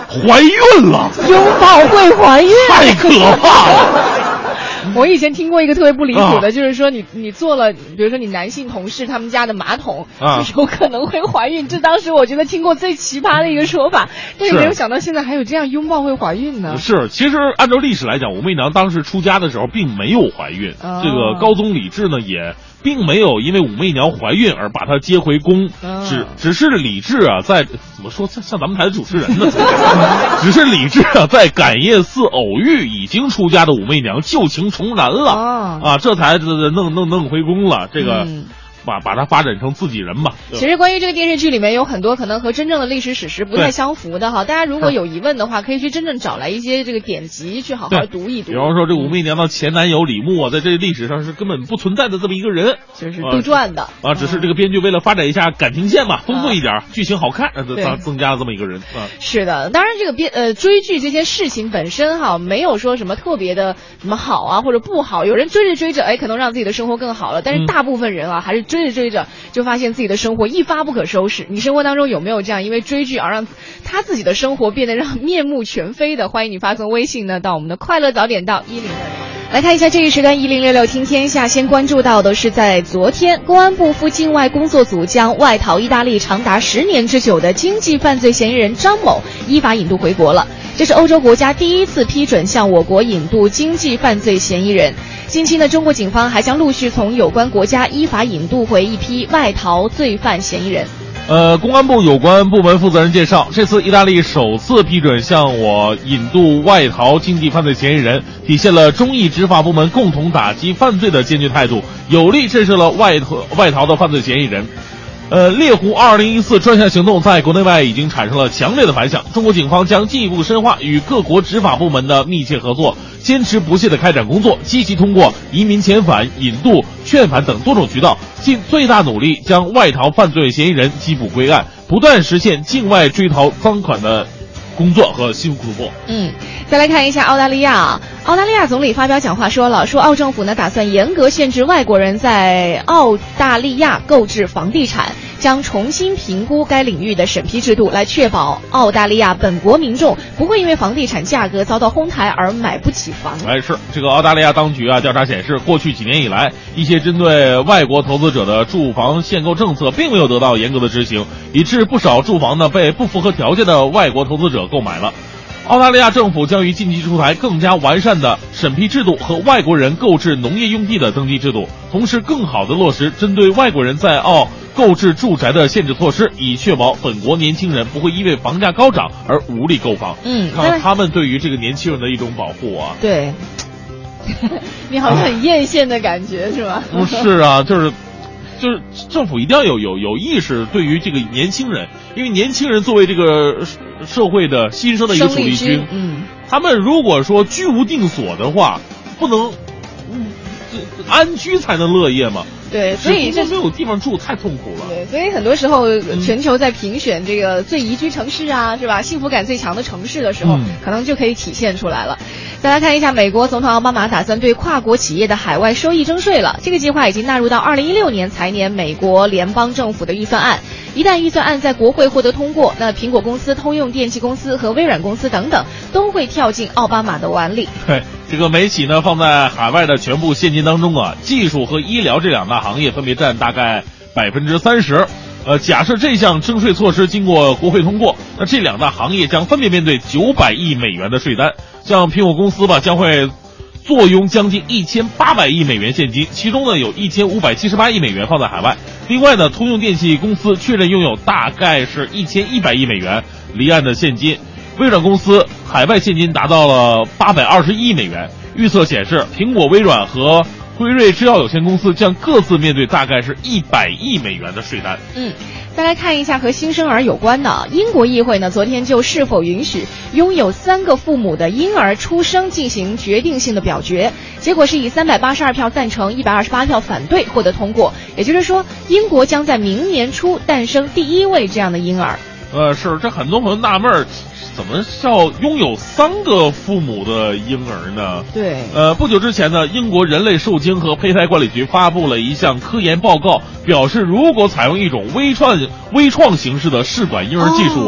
C: 怀孕了，
D: 拥抱会怀孕，
C: 太可怕了。
D: 我以前听过一个特别不离谱的，啊、就是说你你做了，比如说你男性同事他们家的马桶，啊、就是有可能会怀孕。这当时我觉得听过最奇葩的一个说法，但是没有想到现在还有这样拥抱会怀孕呢。
C: 是，其实按照历史来讲，武媚娘当时出家的时候并没有怀孕，啊、这个高宗李治呢也并没有因为武媚娘怀孕而把她接回宫，啊、只只是李治啊在怎么说像像咱们台的主持人呢，只是李治啊在感业寺偶遇已经出家的武媚娘，旧情重燃了啊, 啊这才弄弄弄回宫了，这个。嗯把把它发展成自己人吧。
D: 其实关于这个电视剧里面有很多可能和真正的历史史实不太相符的哈，大家如果有疑问的话，可以去真正找来一些这个典籍去好好读一读。
C: 比方说这武媚娘的前男友李牧啊，在这历史上是根本不存在的这么一个人，
D: 就是杜撰的
C: 啊，只是这个编剧为了发展一下感情线嘛，丰富一点，啊、剧情好看，增增加了这么一个人啊。
D: 是的，当然这个编呃追剧这件事情本身哈，没有说什么特别的什么好啊或者不好，有人追着追着，哎，可能让自己的生活更好了，但是大部分人啊，嗯、还是追着追着。就发现自己的生活一发不可收拾。你生活当中有没有这样因为追剧而让他自己的生活变得让面目全非的？欢迎你发送微信呢到我们的快乐早点到一零六六。来看一下这一时段一零六六听天下，先关注到的是在昨天，公安部赴境外工作组将外逃意大利长达十年之久的经济犯罪嫌疑人张某依法引渡回国了。这是欧洲国家第一次批准向我国引渡经济犯罪嫌疑人。近期呢，中国警方还将陆续从有关国家依法引渡回一批外逃罪犯嫌疑人。
C: 呃，公安部有关部门负责人介绍，这次意大利首次批准向我引渡外逃经济犯罪嫌疑人，体现了中意执法部门共同打击犯罪的坚决态度，有力震慑了外逃外逃的犯罪嫌疑人。呃，猎狐二零一四专项行动在国内外已经产生了强烈的反响，中国警方将进一步深化与各国执法部门的密切合作，坚持不懈地开展工作，积极通过移民遣返、引渡、劝返等多种渠道，尽最大努力将外逃犯罪嫌疑人缉捕归案，不断实现境外追逃赃款的工作和辛苦突破。
D: 嗯，再来看一下澳大利亚。澳大利亚总理发表讲话说了，说澳政府呢打算严格限制外国人在澳大利亚购置房地产，将重新评估该领域的审批制度，来确保澳大利亚本国民众不会因为房地产价格遭到哄抬而买不起房。
C: 哎，是这个澳大利亚当局啊，调查显示，过去几年以来，一些针对外国投资者的住房限购政策并没有得到严格的执行，以致不少住房呢被不符合条件的外国投资者购买了。澳大利亚政府将于近期出台更加完善的审批制度和外国人购置农业用地的登记制度，同时更好地落实针对外国人在澳购置住宅的限制措施，以确保本国年轻人不会因为房价高涨而无力购房。
D: 嗯，
C: 看他们对于这个年轻人的一种保护啊。
D: 对，你好像很艳羡的感觉、啊、是吧？
C: 不是啊，就是就是政府一定要有有有意识，对于这个年轻人，因为年轻人作为这个社会的新生的一个主力军，
D: 嗯，
C: 他们如果说居无定所的话，不能，嗯，安居才能乐业嘛。
D: 对，所以这
C: 没有地方住太痛苦了。
D: 对，所以很多时候全球在评选这个最宜居城市啊，是吧？幸福感最强的城市的时候，嗯、可能就可以体现出来了。再来看一下，美国总统奥巴马打算对跨国企业的海外收益征税了。这个计划已经纳入到二零一六年财年美国联邦政府的预算案。一旦预算案在国会获得通过，那苹果公司、通用电气公司和微软公司等等都会跳进奥巴马的碗里。
C: 对，这个美企呢放在海外的全部现金当中啊，技术和医疗这两大行业分别占大概百分之三十。呃，假设这项征税措施经过国会通过，那这两大行业将分别面对九百亿美元的税单。像苹果公司吧，将会坐拥将近一千八百亿美元现金，其中呢有一千五百七十八亿美元放在海外。另外呢，通用电气公司确认拥有大概是一千一百亿美元离岸的现金。微软公司海外现金达到了八百二十亿美元。预测显示，苹果、微软和辉瑞制药有限公司将各自面对大概是一百亿美元的税单。
D: 嗯，再来看一下和新生儿有关的，英国议会呢昨天就是否允许拥有三个父母的婴儿出生进行决定性的表决，结果是以三百八十二票赞成、一百二十八票反对获得通过。也就是说，英国将在明年初诞生第一位这样的婴儿。
C: 呃，是，这很多朋友纳闷儿，怎么叫拥有三个父母的婴儿呢？
D: 对，
C: 呃，不久之前呢，英国人类受精和胚胎管理局发布了一项科研报告，表示如果采用一种微创微创形式的试管婴儿技术啊，哦、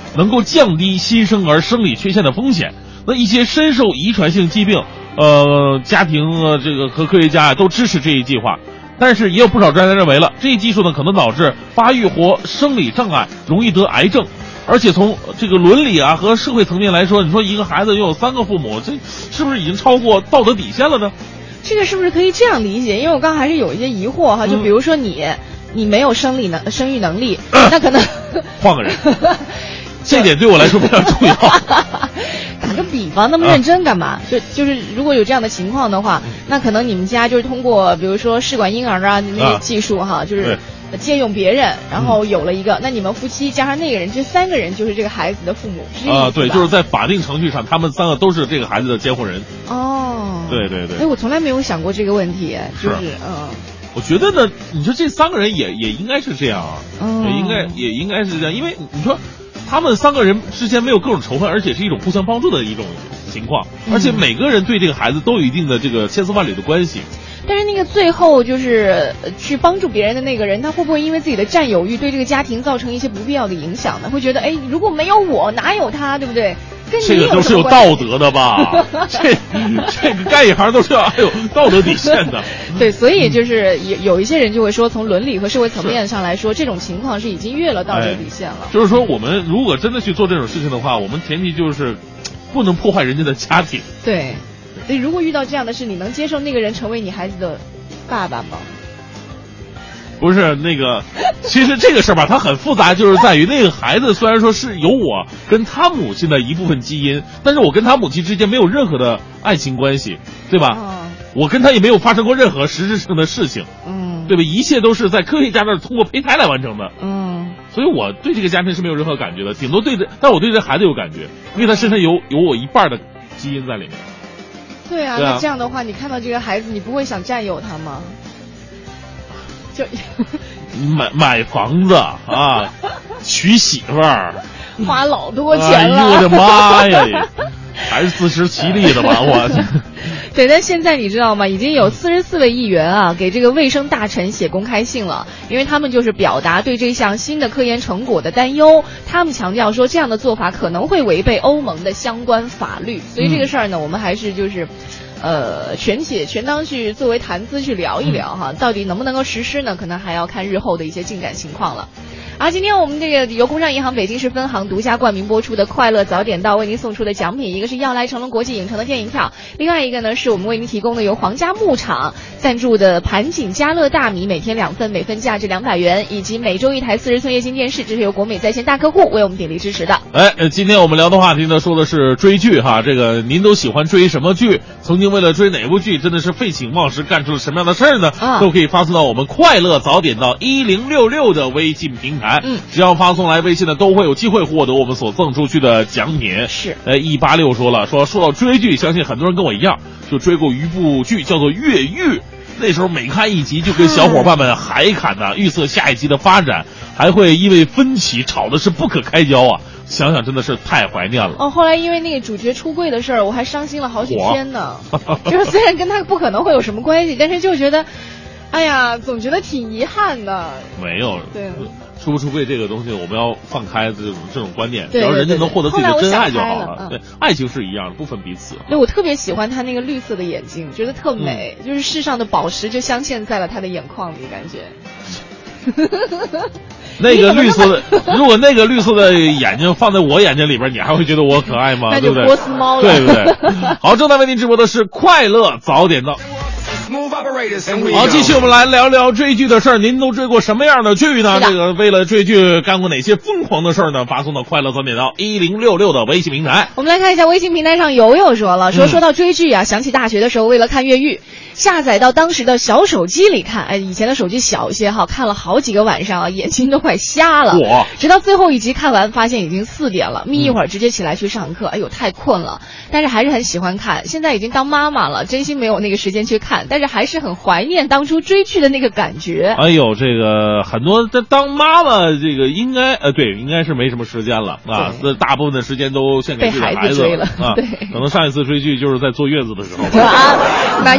C: 能够降低新生儿生理缺陷的风险。那一些深受遗传性疾病，呃，家庭呃这个和科学家啊都支持这一计划。但是也有不少专家认为了，这一技术呢可能导致发育或生理障碍，容易得癌症。而且从这个伦理啊和社会层面来说，你说一个孩子拥有三个父母，这是不是已经超过道德底线了呢？
D: 这个是不是可以这样理解？因为我刚还是有一些疑惑哈，就比如说你，嗯、你没有生理能生育能力，呃、那可能
C: 换个人，这点对我来说非常重要。
D: 打个比方，那么认真干嘛？啊、就就是如果有这样的情况的话，那可能你们家就是通过比如说试管婴儿啊那个技术哈，啊、就是借用别人，然后有了一个，嗯、那你们夫妻加上那个人，这三个人就是这个孩子的父母之一啊。
C: 对，就是在法定程序上，他们三个都是这个孩子的监护人。
D: 哦，
C: 对对对。
D: 哎，我从来没有想过这个问题，就是嗯。
C: 我觉得呢，你说这三个人也也应该是这样啊，
D: 哦、
C: 也应该也应该是这样，因为你说。他们三个人之间没有各种仇恨，而且是一种互相帮助的一种情况，而且每个人对这个孩子都有一定的这个千丝万缕的关系。
D: 但是那个最后就是去帮助别人的那个人，他会不会因为自己的占有欲对这个家庭造成一些不必要的影响呢？会觉得，哎，如果没有我，哪有他，对不对？跟
C: 这个都是有道德的吧？这这个干一行都是要有道德底线的。
D: 对，所以就是有有一些人就会说，从伦理和社会层面上来说，这种情况是已经越了道德底线了。
C: 哎、就是说，我们如果真的去做这种事情的话，我们前提就是不能破坏人家的家庭。
D: 对，所以如果遇到这样的事，你能接受那个人成为你孩子的爸爸吗？
C: 不是那个，其实这个事儿吧，它很复杂，就是在于那个孩子虽然说是有我跟他母亲的一部分基因，但是我跟他母亲之间没有任何的爱情关系，对吧？
D: 哦、
C: 我跟他也没有发生过任何实质性的事情，
D: 嗯，
C: 对吧？一切都是在科学家那儿通过胚胎来完成的，
D: 嗯，
C: 所以我对这个家庭是没有任何感觉的，顶多对这，但我对这孩子有感觉，因为他身上有有我一半的基因在里面。
D: 对啊，
C: 对啊
D: 那这样的话，你看到这个孩子，你不会想占有他吗？就
C: 买买房子啊，娶媳妇儿，
D: 花老多钱了。
C: 哎呦我的妈呀，还是自食其力的吧，我。
D: 对，但现在你知道吗？已经有四十四位议员啊，给这个卫生大臣写公开信了，因为他们就是表达对这项新的科研成果的担忧。他们强调说，这样的做法可能会违背欧盟的相关法律。所以这个事儿呢，我们还是就是。呃，全且全当去作为谈资去聊一聊哈，到底能不能够实施呢？可能还要看日后的一些进展情况了。啊，今天我们这个由工商银行北京市分行独家冠名播出的快乐早点到为您送出的奖品，一个是要来成龙国际影城的电影票，另外一个呢是我们为您提供的由皇家牧场赞助的盘锦家乐大米，每天两份，每份价值两百元，以及每周一台四十寸液晶电视，这是由国美在线大客户为我们鼎力支持的。
C: 哎，今天我们聊的话题呢，说的是追剧哈，这个您都喜欢追什么剧？曾经为了追哪部剧，真的是废寝忘食，干出了什么样的事儿呢？啊，都可以发送到我们快乐早点到一零六六的微信平台。
D: 嗯，
C: 只要发送来微信的，都会有机会获得我们所赠出去的奖品。
D: 是，
C: 呃，一八六说了，说说到追剧，相信很多人跟我一样，就追过一部剧叫做《越狱》。那时候每看一集就跟小伙伴们海侃呢，预测下一集的发展，还会因为分歧吵的是不可开交啊！想想真的是太怀念了。
D: 哦，后来因为那个主角出柜的事儿，我还伤心了好几天呢。就是虽然跟他不可能会有什么关系，但是就觉得，哎呀，总觉得挺遗憾的。
C: 没有，
D: 对，
C: 出不出柜这个东西，我们要放开这种这种观念，
D: 只
C: 要人家能获得自己的真爱就好了。
D: 嗯、
C: 对，爱情是一样的，不分彼此。
D: 对，我特别喜欢他那个绿色的眼睛，觉得特美，嗯、就是世上的宝石就镶嵌在了他的眼眶里，感觉。
C: 那个绿色的，如果那个绿色的眼睛放在我眼睛里边，你还会觉得我可爱吗？
D: 那就波斯猫了，
C: 对不对？好，正在为您直播的是快乐早点到。好，继续我们来聊聊追剧的事儿。您都追过什么样的剧呢？这个为了追剧干过哪些疯狂的事儿呢？发送到快乐早点到一零六六的微信平台。
D: 我们来看一下微信平台上友友说了，说说到追剧啊，想起大学的时候为了看越狱，下载到当时的小手机里看，哎，以前的手机小一些哈，看了好几个晚上啊，眼睛都快瞎了。
C: 我
D: 直到最后一集看完，发现已经四点了，眯一会儿直接起来去上课，哎呦太困了，但是还是很喜欢看。现在已经当妈妈了，真心没有那个时间去看，但是还是很怀念当初追剧的那个感觉。
C: 哎呦，这个很多在当妈妈，这个应该呃对，应该是没什么时间了啊，那大部分的时间都献给自己的
D: 孩子追了
C: 啊。
D: 对，
C: 可能上一次追剧就是在坐月子的时候
D: 啊，哪有哪个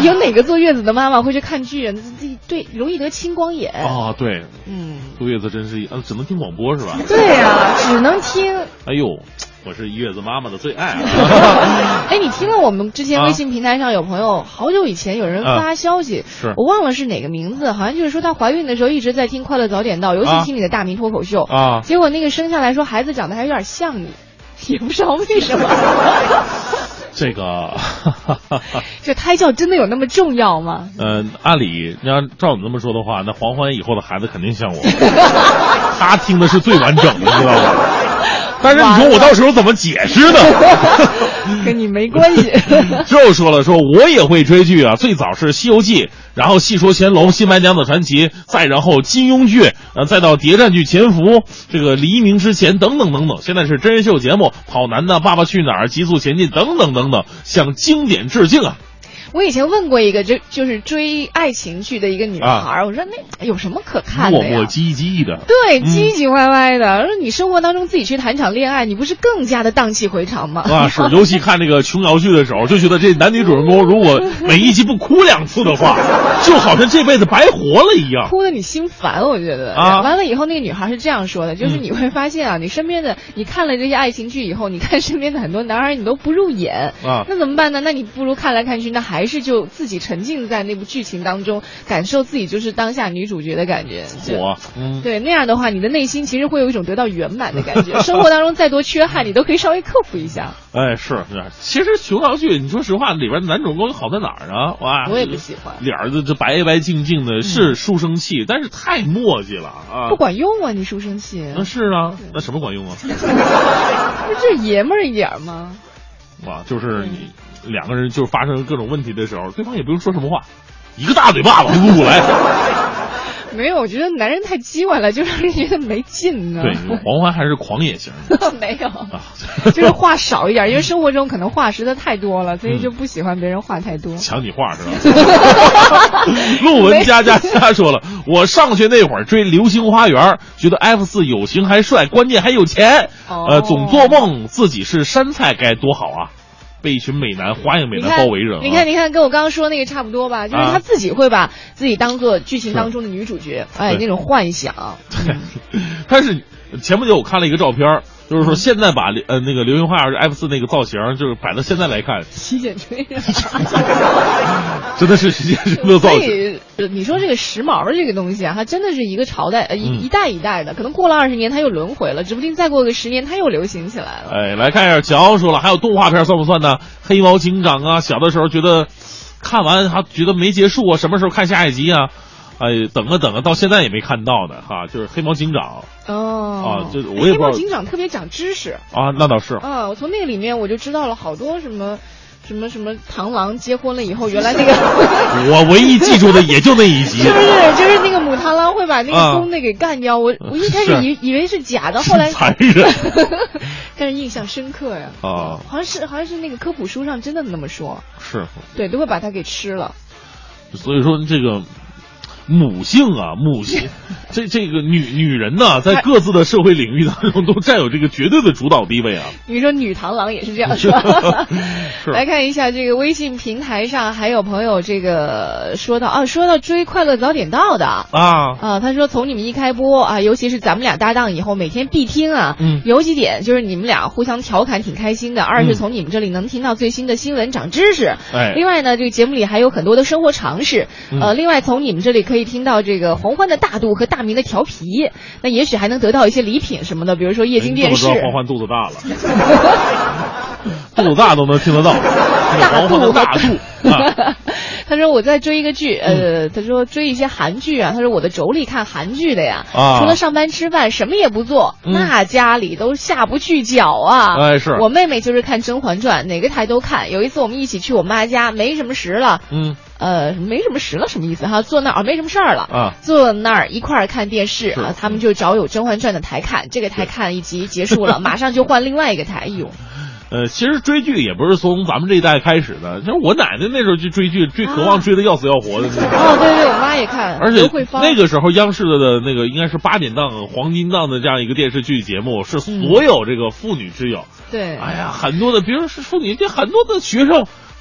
D: 坐月子的妈妈会去看剧，对，容易得青光眼。
C: 哦，对，
D: 嗯，
C: 坐月子真是，呃，只能听广播是吧？
D: 对呀、啊，只能听。
C: 哎呦，我是月子妈妈的最爱啊！
D: 哎，你听了我们之前微信平台上有朋友、啊、好久以前有人发消息，
C: 是
D: 我忘了是哪个名字，好像就是说她怀孕的时候一直在听《快乐早点到》，尤其听你的大明脱口秀
C: 啊，
D: 结果那个生下来说孩子长得还有点像你，也不知道为什么。
C: 这个，
D: 这胎教真的有那么重要吗？
C: 呃，按理你要照你这么说的话，那黄欢以后的孩子肯定像我，他听的是最完整的，知道吗？但是你说我到时候怎么解释呢？
D: 跟你没关系。
C: 就说了，说我也会追剧啊，最早是《西游记》，然后《戏说乾隆》《新白娘子传奇》，再然后金庸剧，呃，再到谍战剧《潜伏》，这个《黎明之前》等等等等，现在是真人秀节目《跑男》的《爸爸去哪儿》《极速前进》等等等等，向经典致敬啊！
D: 我以前问过一个就就是追爱情剧的一个女孩、啊、我说那有什么可看的呀？
C: 磨磨唧唧的，
D: 对，唧唧歪歪的。说、嗯、你生活当中自己去谈场恋爱，你不是更加的荡气回肠吗？
C: 啊，是，尤其看这个琼瑶剧的时候，就觉得这男女主人公如果每一集不哭两次的话，就好像这辈子白活了一样，
D: 哭得你心烦。我觉得
C: 啊，
D: 完了以后那个女孩是这样说的，就是你会发现啊，嗯、你身边的你看了这些爱情剧以后，你看身边的很多男孩你都不入眼
C: 啊，
D: 那怎么办呢？那你不如看来看去，那还是就自己沉浸在那部剧情当中，感受自己就是当下女主角的感觉。
C: 我，嗯，
D: 对，那样的话，你的内心其实会有一种得到圆满的感觉。生活当中再多缺憾，你都可以稍微克服一下。
C: 哎，是是，其实琼瑶剧，你说实话，里边男主人公好在哪儿呢？哇，
D: 我也不喜欢，
C: 脸儿子这白白净净的，是书生气，嗯、但是太墨迹了啊，
D: 不管用啊！你书生气，
C: 那是啊，那什么管用啊？
D: 不是爷们儿一点吗？
C: 哇，就是你。两个人就发生各种问题的时候，对方也不用说什么话，一个大嘴巴子呼呼来。
D: 没有，我觉得男人太叽歪了，就让人觉得没劲呢。
C: 对，黄欢还是狂野型的。
D: 没有，啊、就是话少一点，因为生活中可能话实在太多了，所以就不喜欢别人话太多。
C: 抢你话是吧？陆文佳佳佳说了，我上学那会儿追《流星花园》，觉得 F 四有型还帅，关键还有钱，
D: 哦、
C: 呃，总做梦自己是山菜该多好啊！被一群美男花样美男包围着、啊，
D: 你看，你看，跟我刚刚说那个差不多吧？就是他自己会把自己当做剧情当中的女主角，哎，那种幻想。
C: 对，嗯、但是前不久我看了一个照片，就是说现在把呃那个流星花园 F 四那个造型，就是摆到现在来看，
D: 洗剪吹，
C: 真的是洗剪吹的造型。
D: 你说这个时髦这个东西啊，它真的是一个朝代，呃，一、嗯、一代一代的，可能过了二十年它又轮回了，指不定再过个十年它又流行起来了。
C: 哎，来看一下，乔说了，还有动画片算不算呢？黑猫警长啊，小的时候觉得看完还觉得没结束啊，什么时候看下一集啊？哎，等啊等啊，到现在也没看到呢，哈，就是黑猫警长。
D: 哦，
C: 啊，就我也不知道。
D: 黑猫警长特别讲知识
C: 啊，那倒是。
D: 啊，我从那个里面我就知道了好多什么。什么什么螳螂结婚了以后，原来那个
C: 我唯一记住的也就那一集，
D: 是不是？就是那个母螳螂会把那个公的给干掉。啊、我我一开始以以为是假的，后来
C: 残忍，
D: 但是印象深刻呀。
C: 啊，
D: 好像是好像是那个科普书上真的那么说。
C: 是。
D: 对，都会把它给吃了。
C: 所以说这个。母性啊，母性，这这个女女人呢，在各自的社会领域当中都占有这个绝对的主导地位啊。
D: 你说女螳螂也是这样说。
C: 是。
D: 来看一下这个微信平台上还有朋友这个说到啊，说到追《快乐早点到》的
C: 啊
D: 啊，他说从你们一开播啊，尤其是咱们俩搭档以后，每天必听啊。
C: 嗯。
D: 有几点就是你们俩互相调侃挺开心的，二是从你们这里能听到最新的新闻，长知识。
C: 哎。
D: 另外呢，这个节目里还有很多的生活常识。
C: 嗯、
D: 呃，另外从你们这里可以听到这个黄欢的大度和大明的调皮，那也许还能得到一些礼品什么的，比如说液晶电视。
C: 你怎么知道黄欢肚子大了？肚子大都能听得到。黄欢的大度。啊、
D: 他说我在追一个剧，呃，他说追一些韩剧啊。他说我的妯娌看韩剧的呀，
C: 啊、
D: 除了上班吃饭什么也不做，
C: 嗯、
D: 那家里都下不去脚啊。
C: 哎，是
D: 我妹妹就是看《甄嬛传》，哪个台都看。有一次我们一起去我妈家，没什么食了。
C: 嗯。
D: 呃，没什么事了，什么意思哈？坐那儿、啊、没什么事儿了
C: 啊，
D: 坐那儿一块儿看电视啊。他们就找有《甄嬛传》的台看，这个台看一集结束了，马上就换另外一个台。哎呦，
C: 呃，其实追剧也不是从咱们这一代开始的，就是我奶奶那时候就追剧，追渴望追的要死要活的。
D: 啊、哦，对对，我妈也看，
C: 而且那个时候央视的的那个应该是八点档黄金档的这样一个电视剧节目，是所有这个妇女之友。
D: 对、
C: 嗯，哎呀，很多的，比如说妇女，这很多的学生。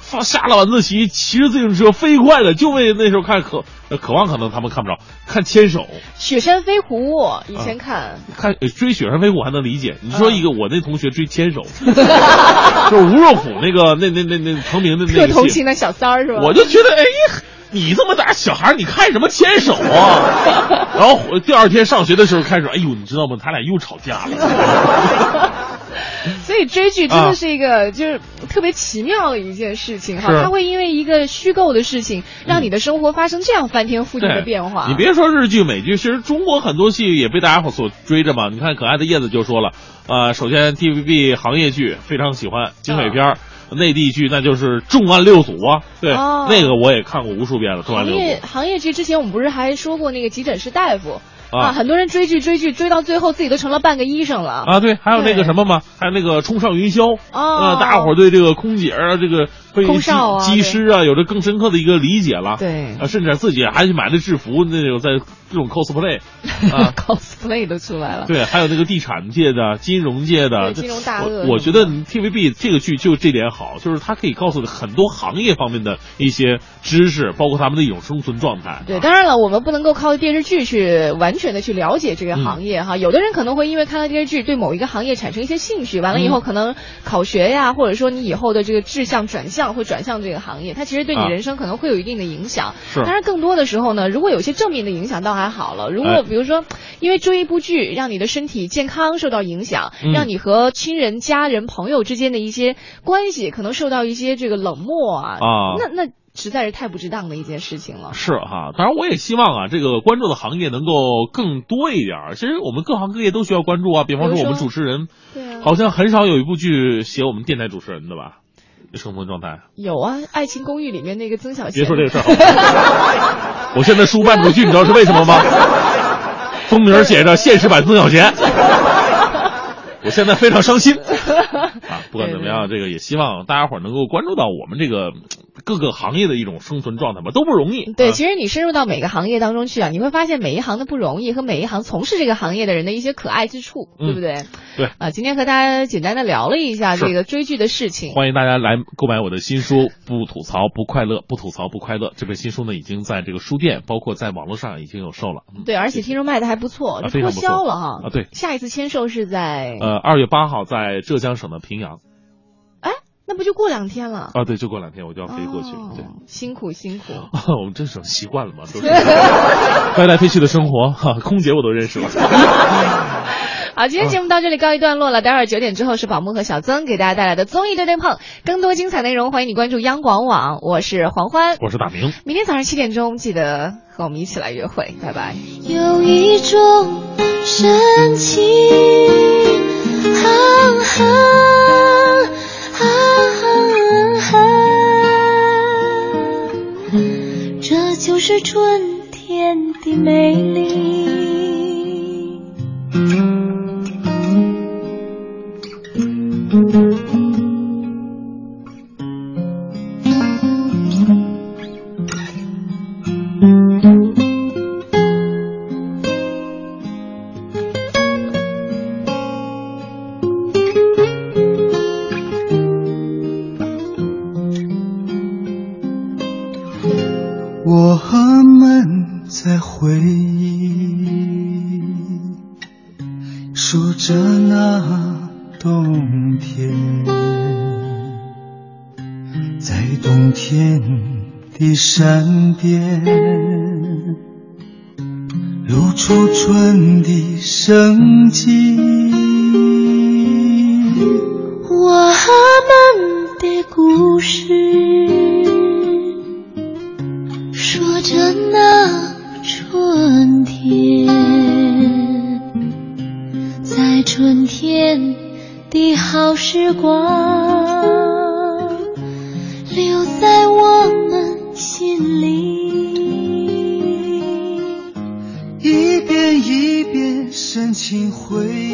C: 放下了晚自习，骑着自行车飞快的，就为那时候看渴渴望，可能他们看不着，看牵手。
D: 雪山飞狐以前看、啊、
C: 看追雪山飞狐还能理解，你说一个、啊、我那同学追牵手，就是吴若甫那个那那那那成名的那个
D: 特同情的小三儿是吧？
C: 我就觉得哎呀。你这么大小孩你看什么牵手啊？然后第二天上学的时候开始，哎呦，你知道吗？他俩又吵架了。
D: 所以追剧真的是一个、啊、就是特别奇妙的一件事情哈，它会因为一个虚构的事情，让你的生活发生这样翻天覆地的变化。
C: 你别说日剧美剧，其实中国很多戏也被大家伙所追着嘛。你看可爱的叶子就说了，呃，首先 T V B 行业剧非常喜欢，警匪片。啊内地剧那就是重案六组啊，对、哦，那个我也看过无数遍了。重案六组
D: 行业行业剧之前我们不是还说过那个急诊室大夫啊, 啊，很多人追剧追剧追到最后自己都成了半个医生了
C: 啊。对，还有那个什么嘛，还有那个冲上云霄啊、哦呃，大家伙对这个空姐啊，这个
D: 空少啊、
C: 机师啊，有着更深刻的一个理解了。
D: 对
C: 啊，甚至自己还去买了制服，那种在这种 cosplay
D: 啊，cosplay 都出来了。
C: 对，还有那个地产界的、金融界的
D: 金融大鳄。
C: 我, 我觉得 T V B 这个剧就这点好，就是它可以告诉很多行业方面的一些知识，包括他们的一种生存状态。
D: 对，当然了，我们不能够靠电视剧去完全的去了解这个行业、嗯、哈。有的人可能会因为看到电视剧对某一个行业产生一些兴趣，完了以后可能考学呀，嗯、或者说你以后的这个志向转向会转向这个行业，它其实对你人生可能会有一定的影响。是、啊。当然，更多的时候呢，如果有些正面的影响倒还好了。如果比如说，因为追一部剧让你的身体健康受到影响，嗯、让你和亲人、家人、朋友之间的一些关系可能受到一些这个冷漠啊，啊那那实在是太不值当的一件事情了。
C: 是哈，当然我也希望啊，这个关注的行业能够更多一点。其实我们各行各业都需要关注啊，比方说我们主持人，
D: 对啊，
C: 好像很少有一部剧写我们电台主持人的吧？生活状态
D: 有啊，《爱情公寓》里面那个曾小贤。
C: 别说这个事儿好吗？我现在书办不出去，你知道是为什么吗？封名写着现实版曾小贤。我现在非常伤心啊！不管怎么样，这个也希望大家伙能够关注到我们这个各个行业的一种生存状态吧，都不容易。
D: 对，
C: 啊、
D: 其实你深入到每个行业当中去啊，你会发现每一行的不容易和每一行从事这个行业的人的一些可爱之处，
C: 嗯、
D: 对不对？
C: 对
D: 啊，今天和大家简单的聊了一下这个追剧的事情。
C: 欢迎大家来购买我的新书《不吐槽不快乐，不吐槽不快乐》。这本新书呢，已经在这个书店，包括在网络上已经有售了。嗯、
D: 对，而且听说卖的还不错，这脱销了哈。
C: 啊，对。
D: 下一次签售是在
C: 呃二月八号在浙江省的平阳。
D: 哎，那不就过两天了？
C: 啊，对，就过两天我就要飞过去。
D: 哦、
C: 对，
D: 辛苦辛苦。
C: 我们真是习惯了嘛，都是飞来飞去的生活，哈，空姐我都认识了。
D: 好，今天节目到这里告一段落了。待会儿九点之后是宝木和小曾给大家带来的综艺对对碰，更多精彩内容欢迎你关注央广网。我是黄欢，
C: 我是大明。
D: 明天早上七点钟记得和我们一起来约会，拜拜。
F: 有一种深情，啊啊啊啊啊，这就是春天的美丽。
G: 我们在回忆，数着那冬天，在冬天的山边，露出春的生机。
F: 我们的故事说着那春天，在春天的好时光留在我们心里，
G: 一遍一遍深情回忆。